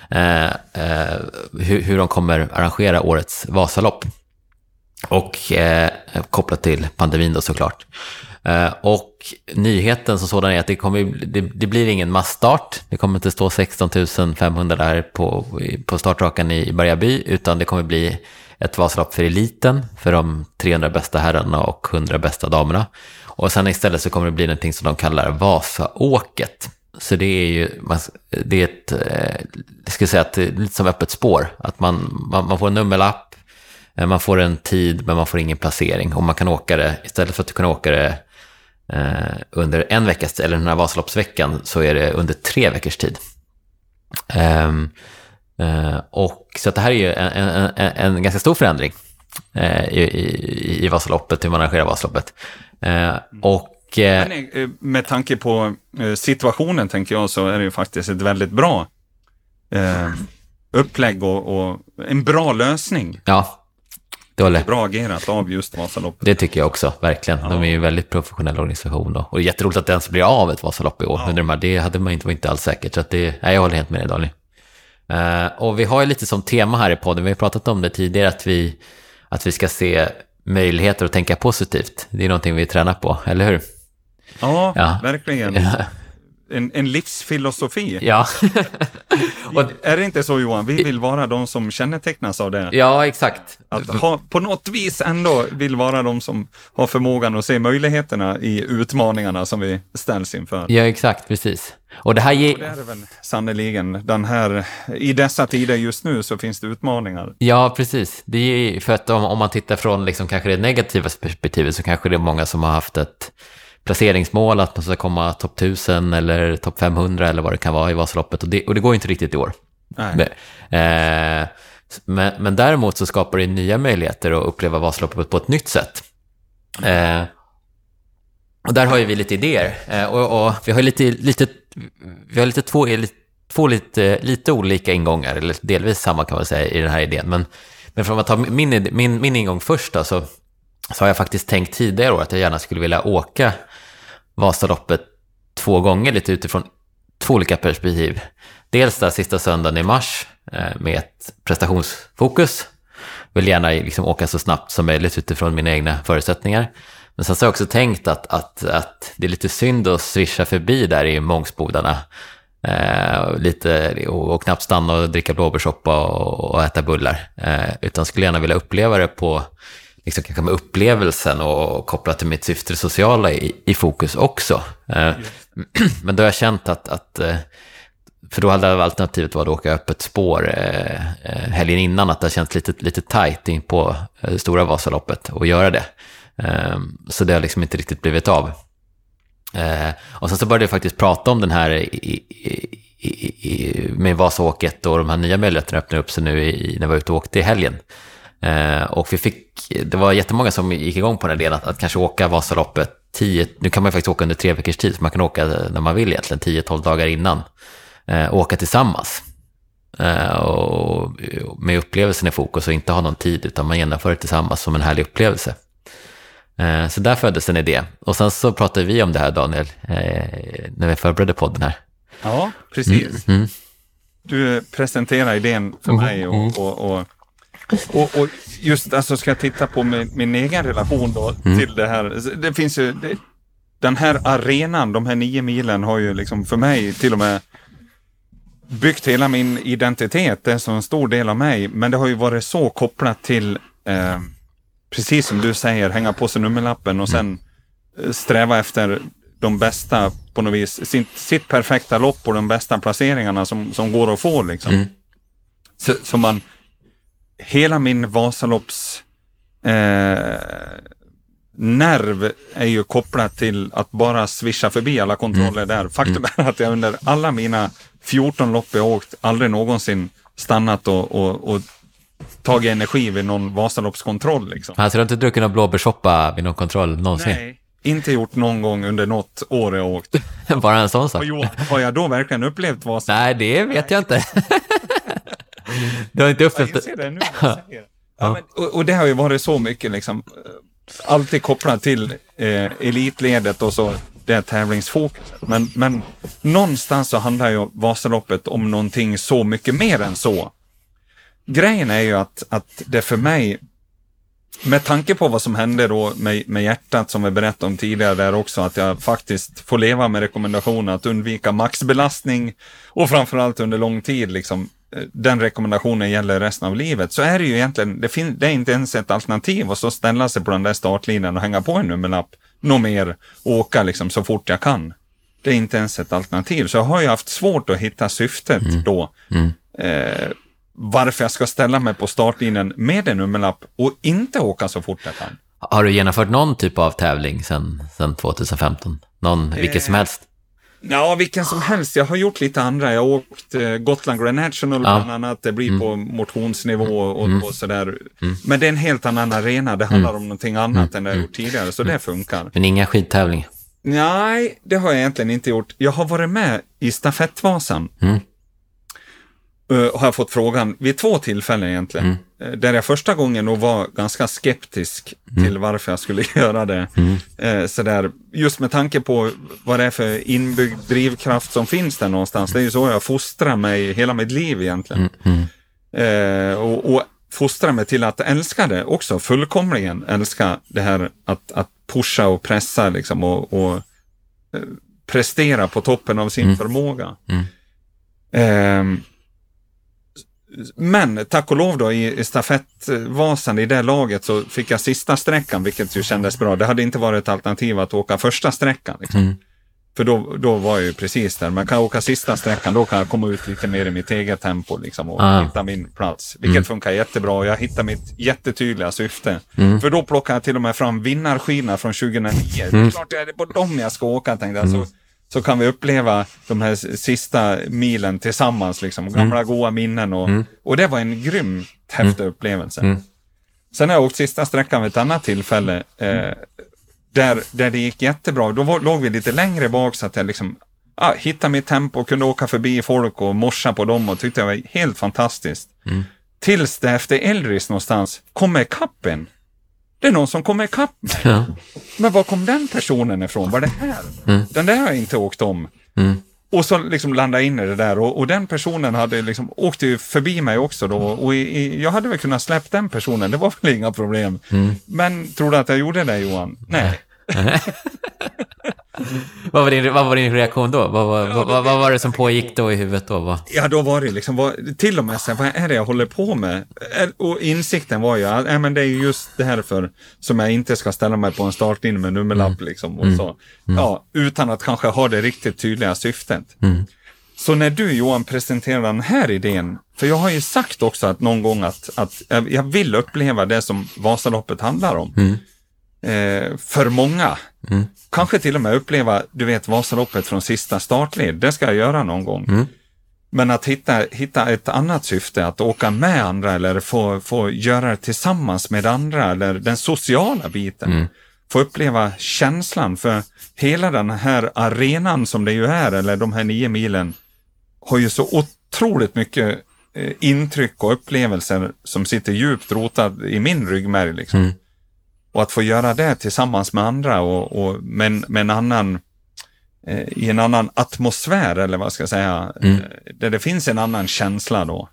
S1: hur de kommer arrangera årets Vasalopp. Och kopplat till pandemin då såklart. Och nyheten som sådan är att det blir ingen massstart. Det kommer inte stå 16 500 där på startrakan i Bergaby, utan det kommer bli ett Vasalopp för eliten, för de 300 bästa herrarna och 100 bästa damerna. Och sen istället så kommer det bli någonting som de kallar Vasaåket. Så det är ju, det är ett, jag skulle säga att det är lite som öppet spår. Att man får en nummerlapp, man får en tid, men man får ingen placering. Och man kan åka det, istället för att kunna åka det under en veckas, eller den här Vasaloppsveckan, så är det under 3 veckors tid. Och så att det här är ju en ganska stor förändring i Vasaloppet, hur man arrangerar Vasaloppet.
S2: Med tanke på situationen, tänker jag, så är det ju faktiskt ett väldigt bra upplägg och en bra lösning.
S1: Ja, det var
S2: bra agerat av just Vasaloppet.
S1: Det tycker jag också, verkligen. De är ju en väldigt professionell organisation då. Och det är jätteroligt att det ens blir av ett Vasalopp i år. Det hade man var inte alls säkert. Så att jag håller helt med dig, Daniel. Och vi har ju lite som tema här i podden, vi har pratat om det tidigare, att vi ska se möjligheter att tänka positivt. Det är någonting vi tränar på, eller hur?
S2: Ja. Verkligen. En livsfilosofi.
S1: Ja.
S2: Och är det inte så, Johan? Vi vill vara de som kännetecknas av det.
S1: Ja, exakt.
S2: Att på något vis ändå vill vara de som har förmågan att se möjligheterna i utmaningarna som vi ställs inför.
S1: Ja, exakt, precis. Och det här
S2: det är väl sannoliken i dessa tider just nu så finns det utmaningar.
S1: Ja, precis. Det är för att om man tittar från liksom kanske det negativa perspektivet, så kanske det är många som har haft ett placeringsmål att man ska komma topp 1000 eller topp 500 eller vad det kan vara i Vasaloppet, och det går inte riktigt i år.
S2: Nej.
S1: Men däremot så skapar det nya möjligheter att uppleva Vasaloppet på ett nytt sätt. Och där har ju vi lite idéer, och vi har lite olika ingångar, eller delvis samma kan man säga i den här idén. Men för att ta min ingång först då, så har jag faktiskt tänkt tidigare år att jag gärna skulle vilja åka Vasaloppet 2 gånger, lite utifrån 2 olika perspektiv. Dels där sista söndagen i mars med ett prestationsfokus. Vill gärna liksom åka så snabbt som möjligt utifrån mina egna förutsättningar. Men sen så har jag också tänkt att det är lite synd att swisha förbi där i Mångsbodarna. Och knappt stanna och dricka blåbärssoppa och äta bullar. Utan skulle gärna vilja uppleva det på liksom kanske med upplevelsen och kopplat till mitt syfte sociala i fokus också. Men då har jag känt att för då hade alternativet varit att åka öppet spår helgen innan, att det har känts lite tajt in på stora Vasaloppet och göra det. Så det har liksom inte riktigt blivit av. Och sen så började jag faktiskt prata om den här med Vasaåket, och de här nya möjligheterna öppnar upp sig nu när vi var ute och åkte i helgen. Och det var jättemånga som gick igång på den idén att kanske åka Vasaloppet 10, nu kan man ju faktiskt åka under 3 veckors tid, så man kan åka när man vill egentligen 10-12 dagar innan, åka tillsammans och med upplevelsen i fokus och inte ha någon tid, utan man genomför det tillsammans som en härlig upplevelse. Så där föddes en idé. Och sen så pratade vi om det här, Daniel, när vi förberedde podden här.
S2: Ja, precis. du presenterar idén för mig och just alltså ska jag titta på min egen relation då till det här. Det finns ju den här arenan, de här 9 milen har ju liksom för mig till och med byggt hela min identitet. Det är så en stor del av mig, men det har ju varit så kopplat till precis som du säger, hänga på sig nummerlappen och sen sträva efter de bästa på något vis, sitt perfekta lopp och de bästa placeringarna som går att få liksom. Så man, hela min Vasalopps nerv är ju kopplat till att bara swisha förbi alla kontroller där. Faktum är att jag under alla mina 14 lopp jag åkt aldrig någonsin stannat och tagit energi vid någon Vasaloppskontroll liksom.
S1: Alltså du har inte druckit någon blåbärssoppa vid någon kontroll någonsin?
S2: Nej, inte gjort någon gång under något år jag åkt.
S1: Bara en sån sak.
S2: Har jag då verkligen upplevt Vasalopp?
S1: Nej, det vet jag inte. Du har inte upplevt
S2: det. Det nu jag säger. Ja, men, och det har ju varit så mycket liksom, alltid kopplat till elitledet och så det är tävlingsfokuset. Men någonstans så handlar ju Vasaloppet om någonting så mycket mer än så. Grejen är ju att det för mig, med tanke på vad som hände då med hjärtat som vi berättade om tidigare där också, att jag faktiskt får leva med rekommendationen att undvika maxbelastning och framförallt under lång tid liksom, den rekommendationen gäller resten av livet, så är det ju egentligen, det är inte ens ett alternativ att så ställa sig på den där startlinjen och hänga på en nummerlapp något mer och åka liksom så fort jag kan. Det är inte ens ett alternativ, så jag har ju haft svårt att hitta syftet då. Varför jag ska ställa mig på startlinjen med en nummerlapp och inte åka så fort jag kan.
S1: Har du genomfört någon typ av tävling sedan 2015? Vilken som helst?
S2: Ja, vilken som helst. Jag har gjort lite andra. Jag har åkt Gotland Grand National bland annat. Det blir på motionsnivå och sådär. Men det är en helt annan arena. Det handlar om någonting annat än det jag gjort tidigare. Så det funkar.
S1: Men inga skidtävlingar?
S2: Nej, det har jag egentligen inte gjort. Jag har varit med i stafettvasan. Har jag fått frågan vid 2 tillfällen egentligen. Där jag första gången nog var ganska skeptisk till varför jag skulle göra det. Sådär, just med tanke på vad det är för inbyggd drivkraft som finns där någonstans. Det är ju så jag fostrar mig hela mitt liv egentligen. Och fostrar mig till att älska det också. Fullkomligen älska det här att pusha och pressa liksom, och prestera på toppen av sin förmåga. Men tack och lov då i stafettvasan i det laget så fick jag sista sträckan, vilket ju kändes bra. Det hade inte varit ett alternativ att åka första sträckan liksom. För då var jag ju precis där. Man kan åka sista sträckan, då kan jag komma ut lite mer i mitt eget tempo liksom, och hitta min plats. Vilket funkar jättebra. Jag hittar mitt jättetydliga syfte. För då plockar jag till och med fram vinnarskidorna från 2009. Det är klart det är på dem jag ska åka, tänkte jag. Så kan vi uppleva de här sista milen tillsammans liksom, gamla goda minnen och det var en grym häftig upplevelse. Sen har jag åkt sista sträckan vid ett annat tillfälle där det gick jättebra. Då låg vi lite längre bak så att jag liksom hittade mitt tempo och kunde åka förbi folk och morsa på dem och tyckte det var helt fantastiskt. Tills det efter Elris någonstans kommer kappen. Det är någon som kommer ikapp mig. Ja. Men var kom den personen ifrån? Var det här? Den där har jag inte åkt om. Och så liksom landade in i det där. Och den personen hade liksom åkt ju förbi mig också då. Och jag hade väl kunnat släppa den personen. Det var väl inga problem. Men tror du att jag gjorde det, Johan? Nej.
S1: Vad var din reaktion då? Vad var det som pågick då i huvudet då?
S2: Ja, då var det liksom, till och med så, vad är det jag håller på med? Och insikten var ju, men det är ju just det här för som jag inte ska ställa mig på en startlinje med nummerlapp liksom. Och så. Ja, utan att kanske ha det riktigt tydliga syftet. Så när du, Johan, presenterar den här idén, för jag har ju sagt också att någon gång att jag vill uppleva det som Vasaloppet handlar om. För många. Kanske till och med uppleva, du vet, Vasaloppet från sista startled. Det ska jag göra någon gång. Men att hitta ett annat syfte, att åka med andra eller få göra det tillsammans med andra, eller den sociala biten. Få uppleva känslan, för hela den här arenan som det ju är, eller de här 9 milen, har ju så otroligt mycket intryck och upplevelser som sitter djupt rotad i min ryggmärg liksom. Och att få göra det tillsammans med andra och med en annan i en annan atmosfär, eller vad ska jag säga, där det finns en annan känsla då.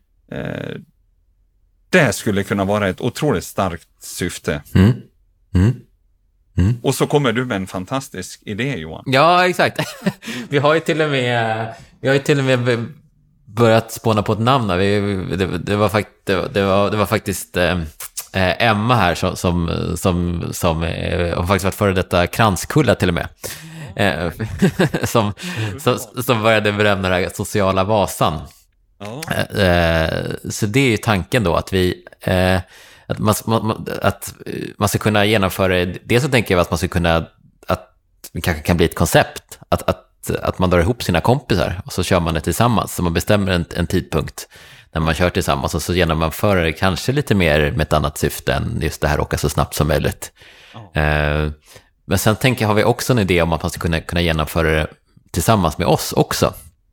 S2: Det skulle kunna vara ett otroligt starkt syfte. Och så kommer du med en fantastisk idé, Johan.
S1: Ja, exakt. Vi har ju till och med börjat spåna på ett namn. Det var faktiskt Emma här som har faktiskt varit före detta kranskulla till och med. Som började berömma den här sociala vasan. Ja. Så det är ju tanken då att att man ska kunna genomföra det. Så tänker jag att man ska kunna, att det kanske kan bli ett koncept att man drar ihop sina kompisar och så kör man det tillsammans, så man bestämmer en tidpunkt när man kör tillsammans och så genomför det kanske lite mer med ett annat syfte än just det här åka så snabbt som möjligt. Men sen har vi också en idé om att man ska kunna genomföra det tillsammans med oss också.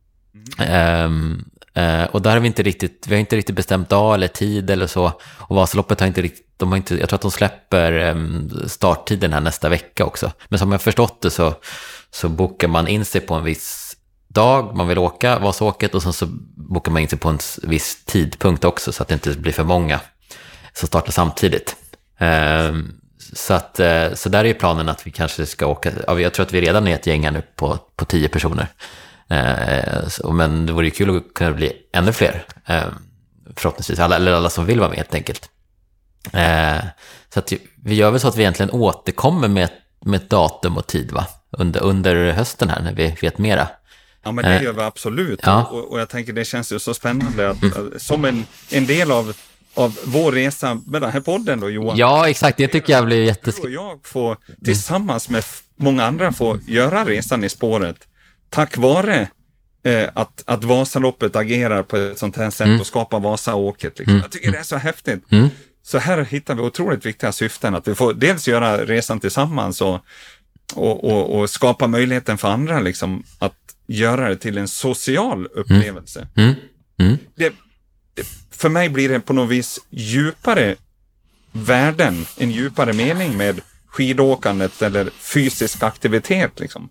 S1: Och där har vi har inte riktigt bestämt dag eller tid eller så. Och Vasaloppet har inte riktigt, jag tror att de släpper starttiden här nästa vecka också. Men som jag förstått det så bokar man in sig på en viss dag man vill åka Vasåket, och sen så bokar man in sig på en viss tidpunkt också, så att det inte blir för många som startar samtidigt. Så där är ju planen att vi kanske ska åka, jag tror att vi redan är ett gäng här nu på 10 personer. Men det vore ju kul att kunna bli ännu fler, förhoppningsvis, alla som vill vara med helt enkelt. Så att vi gör väl så att vi egentligen återkommer med ett datum och tid, va? Under hösten här när vi vet mera.
S2: Ja, men det gör vi absolut. Ja. Och jag tänker det känns ju så spännande att som en del av vår resa med den här podden då, Johan.
S1: Ja, exakt. Det tycker jag blir jätteskoj.
S2: Jag får tillsammans med många andra få göra resan i spåret tack vare att Vasaloppet agerar på ett sånt här sätt och skapar Vasaåket. Liksom. Jag tycker det är så häftigt. Så här hittar vi otroligt viktiga syften. Att vi får dels göra resan tillsammans och skapa möjligheten för andra liksom, att göra det till en social upplevelse. För mig blir det på något vis djupare värden, en djupare mening med skidåkandet eller fysisk aktivitet. Liksom.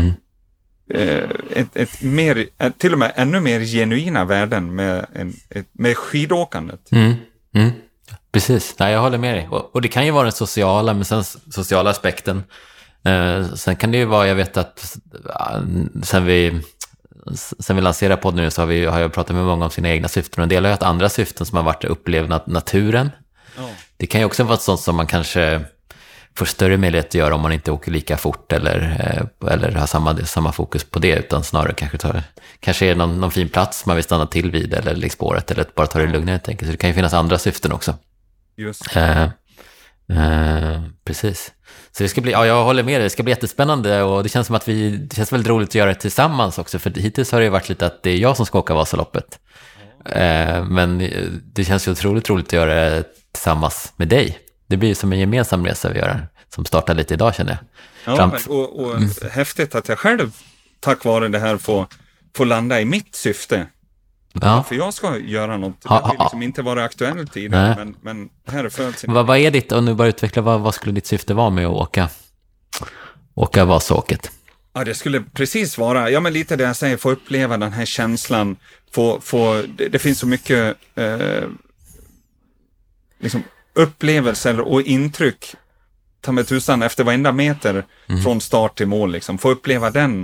S2: Ett mer, till och med ännu mer genuina värden med skidåkandet.
S1: Precis, nej, jag håller med dig. Och det kan ju vara den sociala aspekten. Sen kan det ju vara, jag vet att sen vi lanserar podden nu så har jag pratat med många om sina egna syften, och en del har haft andra syften som har varit att uppleva naturen. Det kan ju också vara ett sånt som man kanske får större möjlighet att göra om man inte åker lika fort eller har samma fokus på det, utan snarare kanske är någon fin plats man vill stanna till vid eller längs spåret, eller bara ta det lugnare helt enkelt. Så det kan ju finnas andra syften också.
S2: Just.
S1: Precis. Så det ska bli, jag håller med dig, det ska bli jättespännande, och det känns som att det känns väldigt roligt att göra det tillsammans också, för hittills har det ju varit lite att det är jag som ska åka Vasaloppet. Men det känns ju otroligt roligt att göra det tillsammans med dig. Det blir som en gemensam resa vi gör, som startar lite idag, känner jag.
S2: Ja, och häftigt att jag själv tack vare det här får landa i mitt syfte. Ja. För jag ska göra något. Det vill liksom inte vara aktuellt tidigare, men här följs.
S1: Vad är ditt, och nu bara utveckla, vad skulle ditt syfte vara med att åka Vasåket?
S2: Ja, det skulle precis vara, men lite det jag säger, få uppleva den här känslan, det finns så mycket liksom upplevelser och intryck, ta med tusan, efter varenda meter från start till mål, liksom, få uppleva den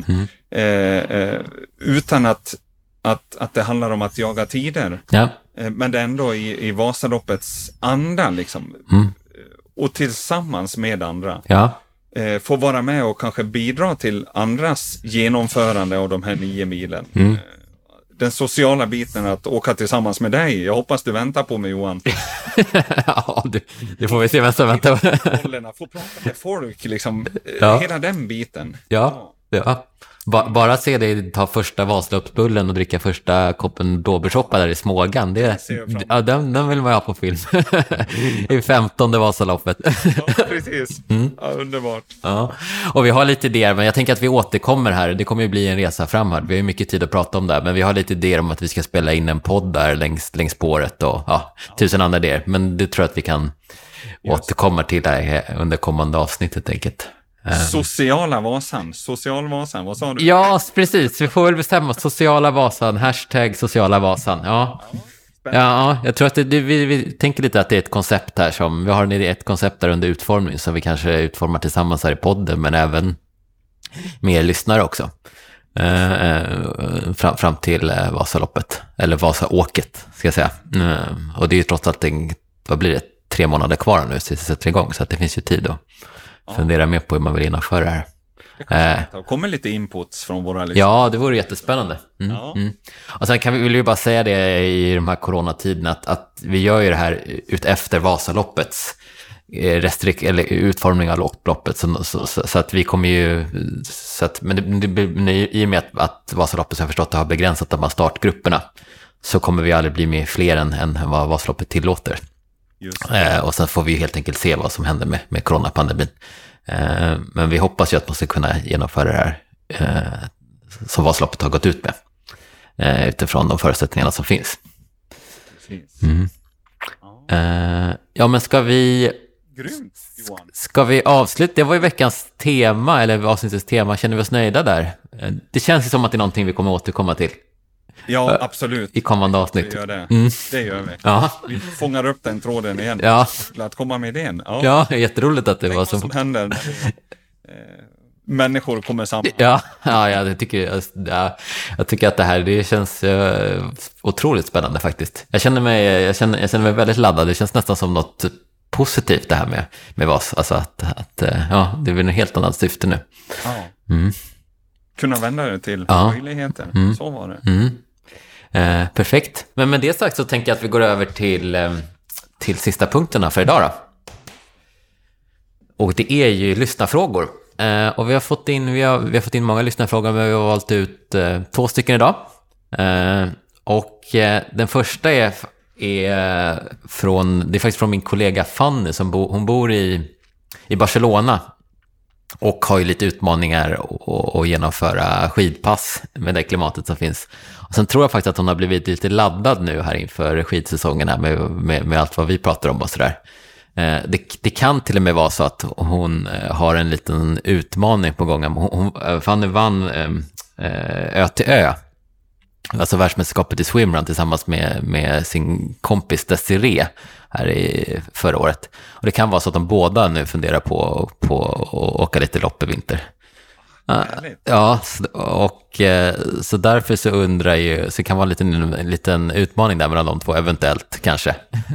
S2: utan att det handlar om att jaga tider. Ja. Men det är ändå i Vasaloppets anda liksom. Och tillsammans med andra. Ja. Få vara med och kanske bidra till andras genomförande av de här 9 milen. Den sociala biten att åka tillsammans med dig. Jag hoppas du väntar på mig, Johan.
S1: Ja, det får vi se vem som väntar.
S2: Få prata med folk, liksom. Hela den biten.
S1: Ja. Bara se dig ta första Vasaloppsbullen och dricka första koppen blåbärssoppa där i Smågan. Den vill man ha på film. I 15:e Vasaloppet.
S2: Ja, precis. Ja, underbart.
S1: Ja. Och vi har lite idéer, men jag tänker att vi återkommer här. Det kommer ju bli en resa fram här. Vi har ju mycket tid att prata om det, men vi har lite idéer om att vi ska spela in en podd där längs spåret och 1000 andra idéer. Men det tror jag att vi kan återkomma till det under kommande avsnitt helt enkelt.
S2: Sociala Vasan, Socialvasan, vad sa du?
S1: Ja, precis. Vi får väl bestämma oss. Sociala Vasan, hashtag Sociala Vasan. Ja, ja, jag tror att vi tänker lite att det är ett koncept här som, vi har ett koncept där under utformning som vi kanske utformar tillsammans här i podden, men även med lyssnare också. Fram till Vasaloppet, eller Vasaåket ska jag säga. Och det är ju trots allt, vad blir det, 3 månader kvar nu så det sätter igång, så att det finns ju tid att fundera mer på hur man vill genomföra det här.
S2: Det kommer lite inputs från våra lyssnare.
S1: Ja, det vore jättespännande. Och sen vill vi bara säga det i de här coronatiderna att vi gör ju det här ut efter Vasaloppets eller utformning av loppet, så att vi kommer ju, så att, men i och med att Vasaloppet, så jag förstått, har begränsat de här startgrupperna, så kommer vi aldrig bli med fler än vad Vasaloppet tillåter. Och sen får vi helt enkelt se vad som händer med coronapandemin. Men vi hoppas ju att man ska kunna genomföra det här som Vasaloppet har gått ut med, utifrån de förutsättningarna som finns. Ja, men ska vi avsluta? Det var ju veckans tema, eller avsnittets tema. Känner vi oss nöjda där? Det känns ju som att det är någonting vi kommer återkomma till.
S2: Ja, absolut.
S1: I kommande avsnitt.
S2: Det gör det. Det gör vi.
S1: Ja.
S2: Vi fångar upp den tråden igen.
S1: Ja.
S2: Att komma med idén.
S1: Ja, jätteroligt att det var
S2: som händer när människor kommer samman.
S1: Ja, jag tycker att det känns otroligt spännande faktiskt. Jag känner mig väldigt laddad. Det känns nästan som något positivt det här med VAS. Alltså att det blir en helt annat syfte nu.
S2: Ja. Kunna vända det till möjligheter. Så var det.
S1: Perfekt. Men med det sagt så tänker jag att vi går över till sista punkterna för idag då. Och det är ju lyssnarfrågor. Och vi har fått in många lyssnarfrågor, men vi har valt ut 2 stycken idag. Och den första är faktiskt från min kollega Fanny, som hon bor i Barcelona och har ju lite utmaningar att genomföra skidpass med det klimatet som finns. Och sen tror jag faktiskt att hon har blivit lite laddad nu här inför skidsäsongen med allt vad vi pratar om och sådär. Det kan till och med vara så att hon har en liten utmaning på gång. Fanny vann Ö till Ö, alltså världsmästerskapet i swimrun, tillsammans med sin kompis Desiree här förra året. Och det kan vara så att de båda nu funderar på att åka lite lopp i vinter. Ja, och så därför så undrar ju, så det kan vara en liten utmaning där mellan de två, eventuellt kanske.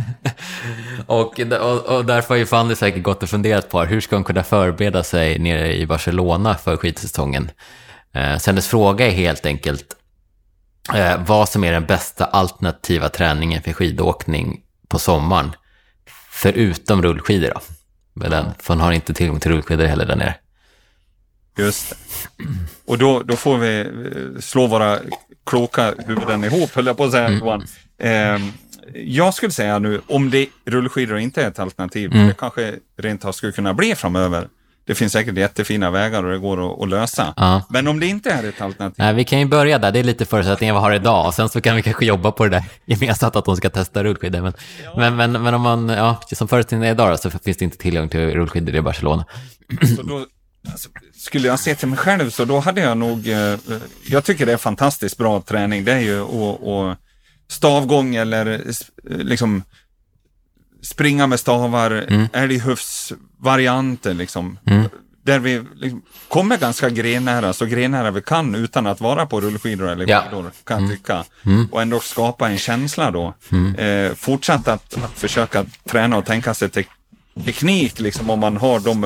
S1: och därför har ju Fanny säkert gått och funderat på hur ska hon kunna förbereda sig nere i Barcelona för skidsäsongen. Så hennes fråga är helt enkelt vad som är den bästa alternativa träningen för skidåkning på sommaren, förutom rullskidor då. För hon har inte tillgång till rullskidor heller där nere.
S2: Just det. Och då får vi slå våra kloka huvuden ihop, höll jag på att säga, Johan. Jag skulle säga nu, om rullskidor inte är ett alternativ, det kanske rent av skulle kunna bli framöver. Det finns säkert jättefina vägar och det går att lösa. Ja. Men om det inte är ett alternativ...
S1: Nej, vi kan ju börja där. Det är lite förutsättningar vi har idag. Och sen så kan vi kanske jobba på det där gemensamt, att de ska testa rullskidor. Men om man... Ja, som förutsättningar idag så finns det inte tillgång till rullskidor i Barcelona.
S2: Så då, alltså, skulle jag se till mig själv, så då hade jag nog... jag tycker det är fantastiskt bra träning. Det är ju att stavgång eller liksom... springa med stavar, älghufsvarianter liksom, där vi liksom kommer ganska grenära, så grenära vi kan utan att vara på rullskidor eller skidor, kan jag tycka, och ändå skapa en känsla då. Fortsatt att försöka träna och tänka sig teknik liksom, om man har de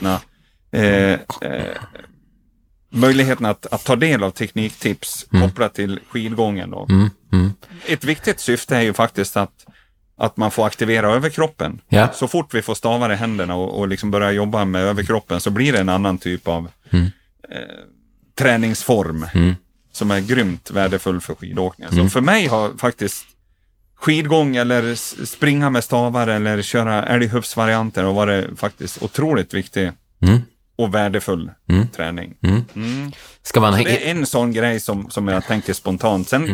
S2: möjligheterna att ta del av tekniktips kopplat till skidgången då. Ett viktigt syfte är ju faktiskt att man får aktivera överkroppen. Yeah. Så fort vi får stavar i händerna och liksom börja jobba med överkroppen, så blir det en annan typ av träningsform som är grymt värdefull för skidåkningen. Så för mig har faktiskt skidgång eller springa med stavar eller köra älghufsvarianter och varit faktiskt otroligt viktig och värdefull träning.
S1: Ska man...
S2: Det är en sån grej som jag tänker spontant. Sen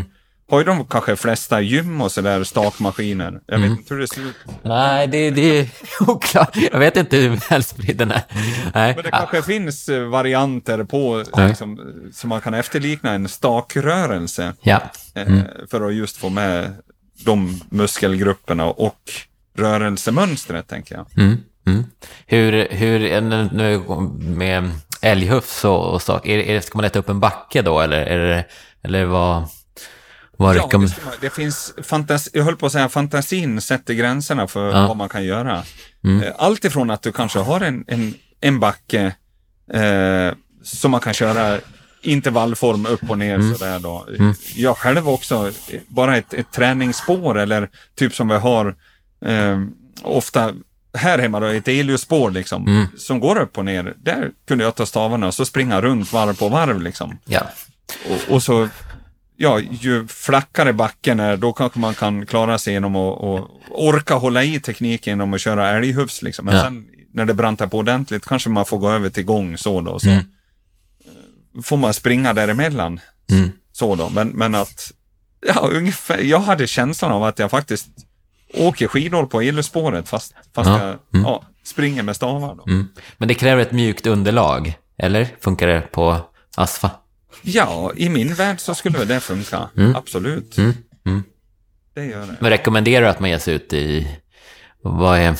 S2: har ju de kanske flesta gym och sådär stakmaskiner. Jag vet inte hur det ser ut.
S1: Nej, det är oklart. Jag vet inte hur välspridd den är. Nej.
S2: Men det kanske finns varianter på liksom, som man kan efterlikna en stakrörelse.
S1: Ja.
S2: För att just få med de muskelgrupperna och rörelsemönstret, tänker jag.
S1: Hur är det nu med älghufs och stak? Ska man leta upp en backe då, eller vad
S2: det finns jag höll på att säga, fantasin sätter gränserna för vad man kan göra. Allt ifrån att du kanske har en backe som man kan köra intervallform upp och ner sådär då. Jag själv också, bara ett träningsspår eller typ som vi har ofta här hemma då, ett elljusspår liksom, som går upp och ner. Där kunde jag ta stavarna och så springa runt varv på varv liksom.
S1: Ja.
S2: Och så ju flackare backen är, då kanske man kan klara sig genom att orka hålla i tekniken genom att köra älghufs liksom. Men sen när det brantar på ordentligt kanske man får gå över till gång så då. Så får man springa däremellan. Så då. Men att ungefär, jag hade känslan av att jag faktiskt åker skidor på elljusspåret fast jag springer med stavar då.
S1: Men det kräver ett mjukt underlag, eller? Funkar det på asfalt?
S2: Ja, i min värld så skulle det funka. Absolut. Det gör det.
S1: Men rekommenderar du att man ger sig ut i... Vad är...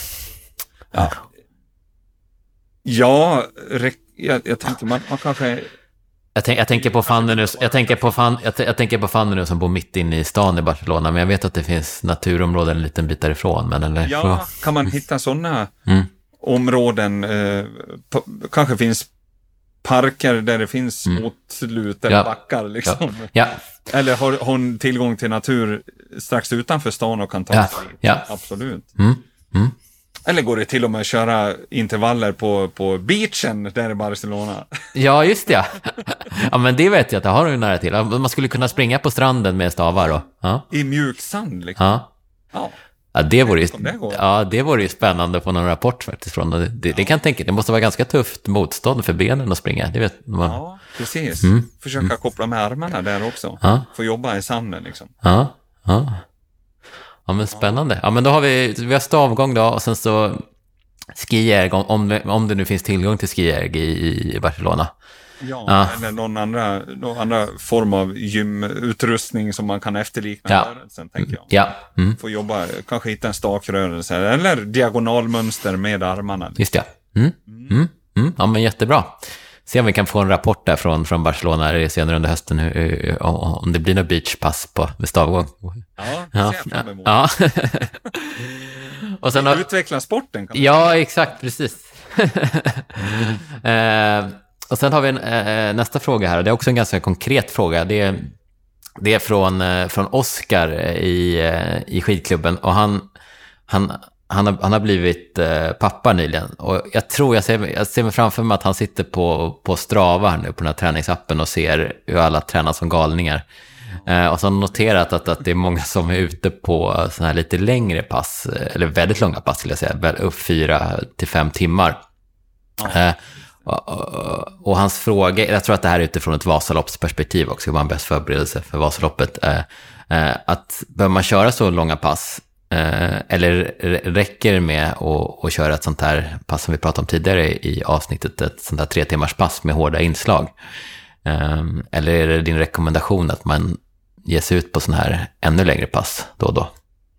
S2: Jag tänkte man kanske...
S1: Jag tänker på Fanny nu som bor mitt inne i stan i Barcelona, men jag vet att det finns naturområden en liten bit därifrån. Men eller,
S2: kan man hitta sådana områden? Kanske finns parker där det finns motslut eller backar liksom.
S1: Ja.
S2: Eller har hon tillgång till natur strax utanför stan och kan ta sig?
S1: Ja.
S2: Absolut. Eller går det till och med att köra intervaller på beachen där i Barcelona?
S1: Ja, just det. Ja, men det vet jag att det har du nära till. Man skulle kunna springa på stranden med stavar då. Ja.
S2: I mjuk sand liksom.
S1: Ja, det vore ju spännande att få någon rapport faktiskt från. Det kan jag tänka, det måste vara ganska tufft motstånd för benen att springa. Det vet man.
S2: Ja, precis. Försöka koppla med armarna där också. Få jobba i sanden liksom.
S1: Ja, men spännande. Ja, men då har vi har stavgång då och sen så skijärg om det nu finns tillgång till skijärg i Barcelona.
S2: Ja, eller någon andra form av gymutrustning som man kan efterlikna rörelsen, tänker jag. Få jobba, kanske hitta en stakrörelse eller diagonalmönster med armarna.
S1: Just det. Ja, men jättebra. Se om vi kan få en rapport där från Barcelona senare under hösten om det blir något beachpass med stavgång.
S2: Ja, ser jag fram emot.
S1: Ja. Och sen
S2: utveckla sporten.
S1: Ja, exakt, precis. Och sen har vi nästa fråga här. Det är också en ganska konkret fråga. Det är från Oskar i skidklubben. Och han har blivit pappa nyligen. Och jag ser mig framför mig att han sitter på Strava här nu på den här träningsappen och ser hur alla tränar som galningar. Och så har han noterat att det är många som är ute på såna här lite längre pass, eller väldigt långa pass skulle jag säga, upp 4 till 5 timmar. Och hans fråga, jag tror att det här är utifrån ett Vasaloppsperspektiv också, hur man bäst förbereder för Vasaloppet, att behöver man köra så långa pass, eller räcker det med att köra ett sånt här pass som vi pratade om tidigare i avsnittet, ett sånt här 3 timmars pass med hårda inslag, eller är det din rekommendation att man ger sig ut på sån här ännu längre pass då och då?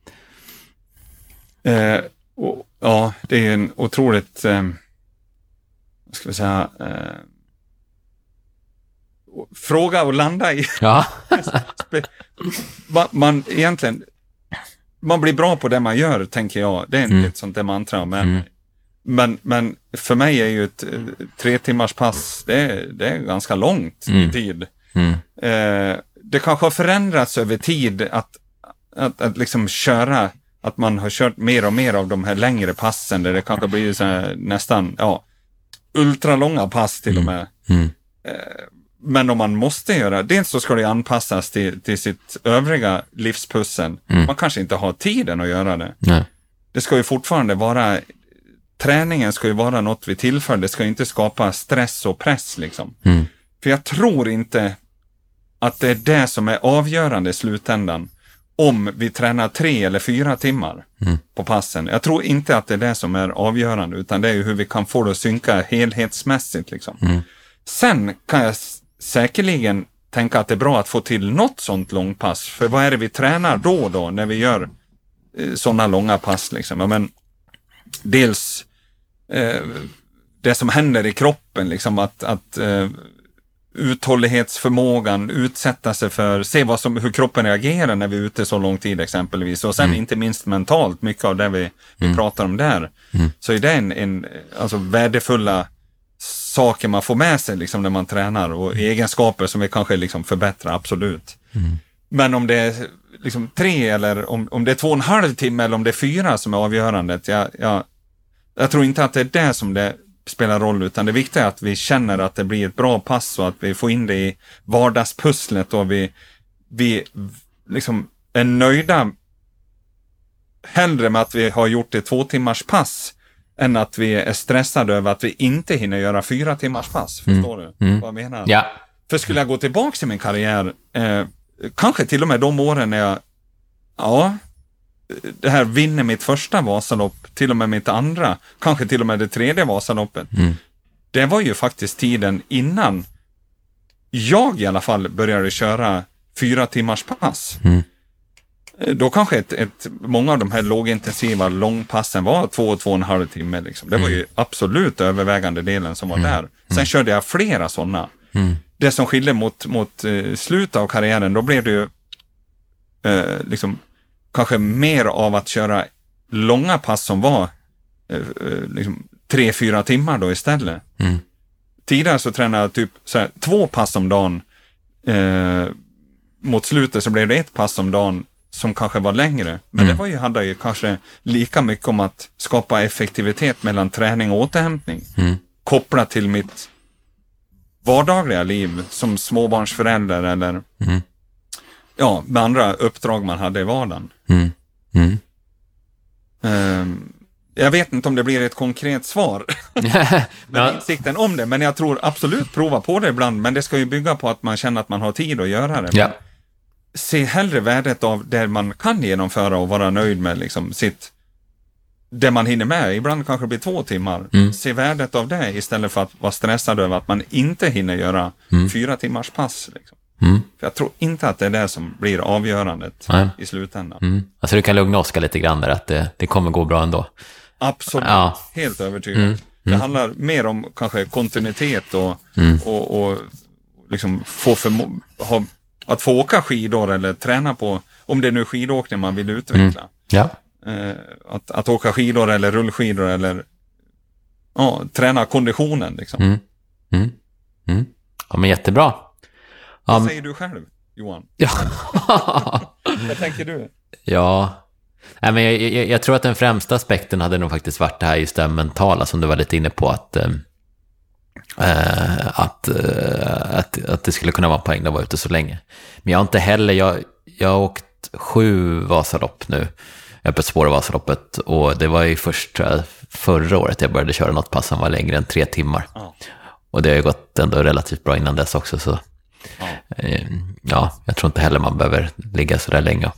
S2: Ja, det är en otroligt ska vi säga fråga och landa i.
S1: Ja.
S2: man egentligen man blir bra på det man gör, tänker jag. Det är inte ett sånt där mantra, men för mig är ju ett 3 timmars pass det är ganska långt tid. Det kanske har förändrats över tid att liksom köra, att man har kört mer och mer av de här längre passen där det kanske blir så här, nästan ultralånga pass till och med. Men om man måste göra, dels så ska det anpassas till sitt övriga livspussel. Man kanske inte har tiden att göra det.
S1: Nej.
S2: Det ska ju fortfarande vara, träningen ska ju vara något vi tillför. Det ska inte skapa stress och press liksom. För jag tror inte att det är det som är avgörande i slutändan. Om vi tränar 3 eller 4 timmar på passen. Jag tror inte att det är det som är avgörande, utan det är ju hur vi kan få det att synka helhetsmässigt. Liksom. Sen kan jag säkerligen tänka att det är bra att få till något sånt långpass. För vad är det vi tränar då när vi gör sådana långa pass? Liksom? Ja, men, dels det som händer i kroppen, liksom, att uthållighetsförmågan, utsätta sig för, se hur kroppen reagerar när vi är ute så lång tid exempelvis. Och sen inte minst mentalt, mycket av det vi pratar om där. Så är det en alltså värdefulla saker man får med sig liksom, när man tränar, och egenskaper som vi kanske liksom förbättrar, absolut. Men om det är liksom 3 eller om det är 2,5 timme eller om det är 4 som är avgörandet, jag tror inte att det är det som det spelar roll, utan det viktiga är att vi känner att det blir ett bra pass och att vi får in det i vardagspusslet, och vi liksom är nöjda hellre med att vi har gjort ett 2 timmars pass än att vi är stressade över att vi inte hinner göra 4 timmars pass. Förstår du vad jag menar?
S1: Ja.
S2: För skulle jag gå tillbaka i min karriär, kanske till och med de åren när jag det här vinner mitt första Vasalopp, till och med mitt andra, kanske till och med det 3:e Vasaloppet. Det var ju faktiskt tiden innan jag i alla fall började köra 4 timmars pass. Då kanske många av de här lågintensiva långpassen var 2,5 timmar. Liksom. Det var ju absolut övervägande delen som var där. Sen körde jag flera sådana. Det som skiljer mot slutet av karriären, då blev det ju liksom kanske mer av att köra långa pass som var liksom 3-4 timmar då istället. Tidigare så tränade jag typ 2 pass om dagen. Mot slutet så blev det 1 pass om dagen som kanske var längre. Men det handlade ju kanske lika mycket om att skapa effektivitet mellan träning och återhämtning. Kopplat till mitt vardagliga liv som småbarnsförälder eller med andra uppdrag man hade i vardagen. Jag vet inte om det blir ett konkret svar med insikten om det, men jag tror absolut prova på det ibland, men det ska ju bygga på att man känner att man har tid att göra det.
S1: Ja.
S2: Se hellre värdet av det man kan genomföra och vara nöjd med liksom det man hinner med. Ibland kanske det blir 2 timmar. Se värdet av det istället för att vara stressad över att man inte hinner göra 4 timmars pass. Liksom. För jag tror inte att det är det som blir avgörandet i slutändan.
S1: Alltså du kan lugna Oskar lite grann där, att det kommer gå bra ändå.
S2: Absolut, helt övertygad. Det handlar mer om kanske kontinuitet och liksom att få åka skidor eller träna på, om det är nu skidåkning man vill utveckla. Att åka skidor eller rullskidor eller träna konditionen liksom.
S1: Ja, men jättebra.
S2: Vad säger du själv, Johan?
S1: Ja.
S2: Vad tänker du?
S1: Ja. Nej, men jag tror att den främsta aspekten hade nog faktiskt varit det här just det mentala som du var lite inne på, att det skulle kunna vara en poäng att vara ute så länge. Men jag har inte heller, jag har åkt 7 Vasalopp nu, öppet spår av Vasaloppet, och det var ju först förra året jag började köra något pass som var längre än 3 timmar. Och det har ju gått ändå relativt bra innan dess också, så jag tror inte heller man behöver ligga så där länge.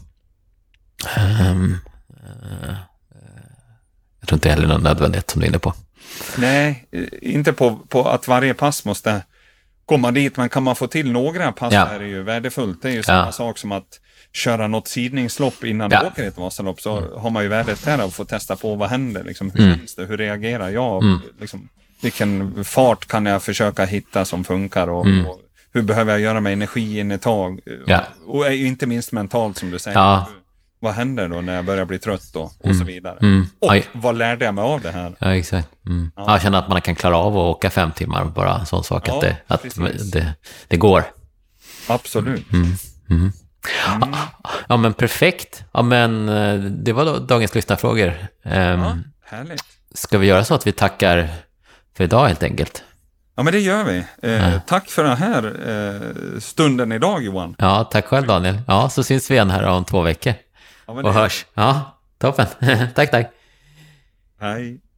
S1: Jag tror inte heller någon nödvändighet som du är inne på.
S2: Nej, inte på att varje pass måste komma dit, men kan man få till några pass är det ju värdefullt. Det är ju samma sak som att köra något sidningslopp innan du åker ett Vasalopp, så har man ju värdet där att få testa på vad händer. Liksom, hur känns det? Hur reagerar jag? Liksom, vilken fart kan jag försöka hitta som funkar? Och hur behöver jag göra med energiinnetag? Och inte minst mentalt som du säger. Vad händer då när jag börjar bli trött då? Och så vidare. Och vad lärde jag mig av det här?
S1: Ja, exakt. Jag känner att man kan klara av att åka 5 timmar, bara en sån sak att det går.
S2: Absolut.
S1: Ja, men perfekt. Ja, men det var då dagens lyssnarfrågor.
S2: Härligt.
S1: Ska vi göra så att vi tackar för idag helt enkelt?
S2: Ja, men det gör vi. Tack för den här stunden idag, Johan.
S1: Ja, tack själv, Daniel. Ja, så syns vi igen här om 2 veckor. Och hörs. Ja, toppen. Tack.
S2: Hej.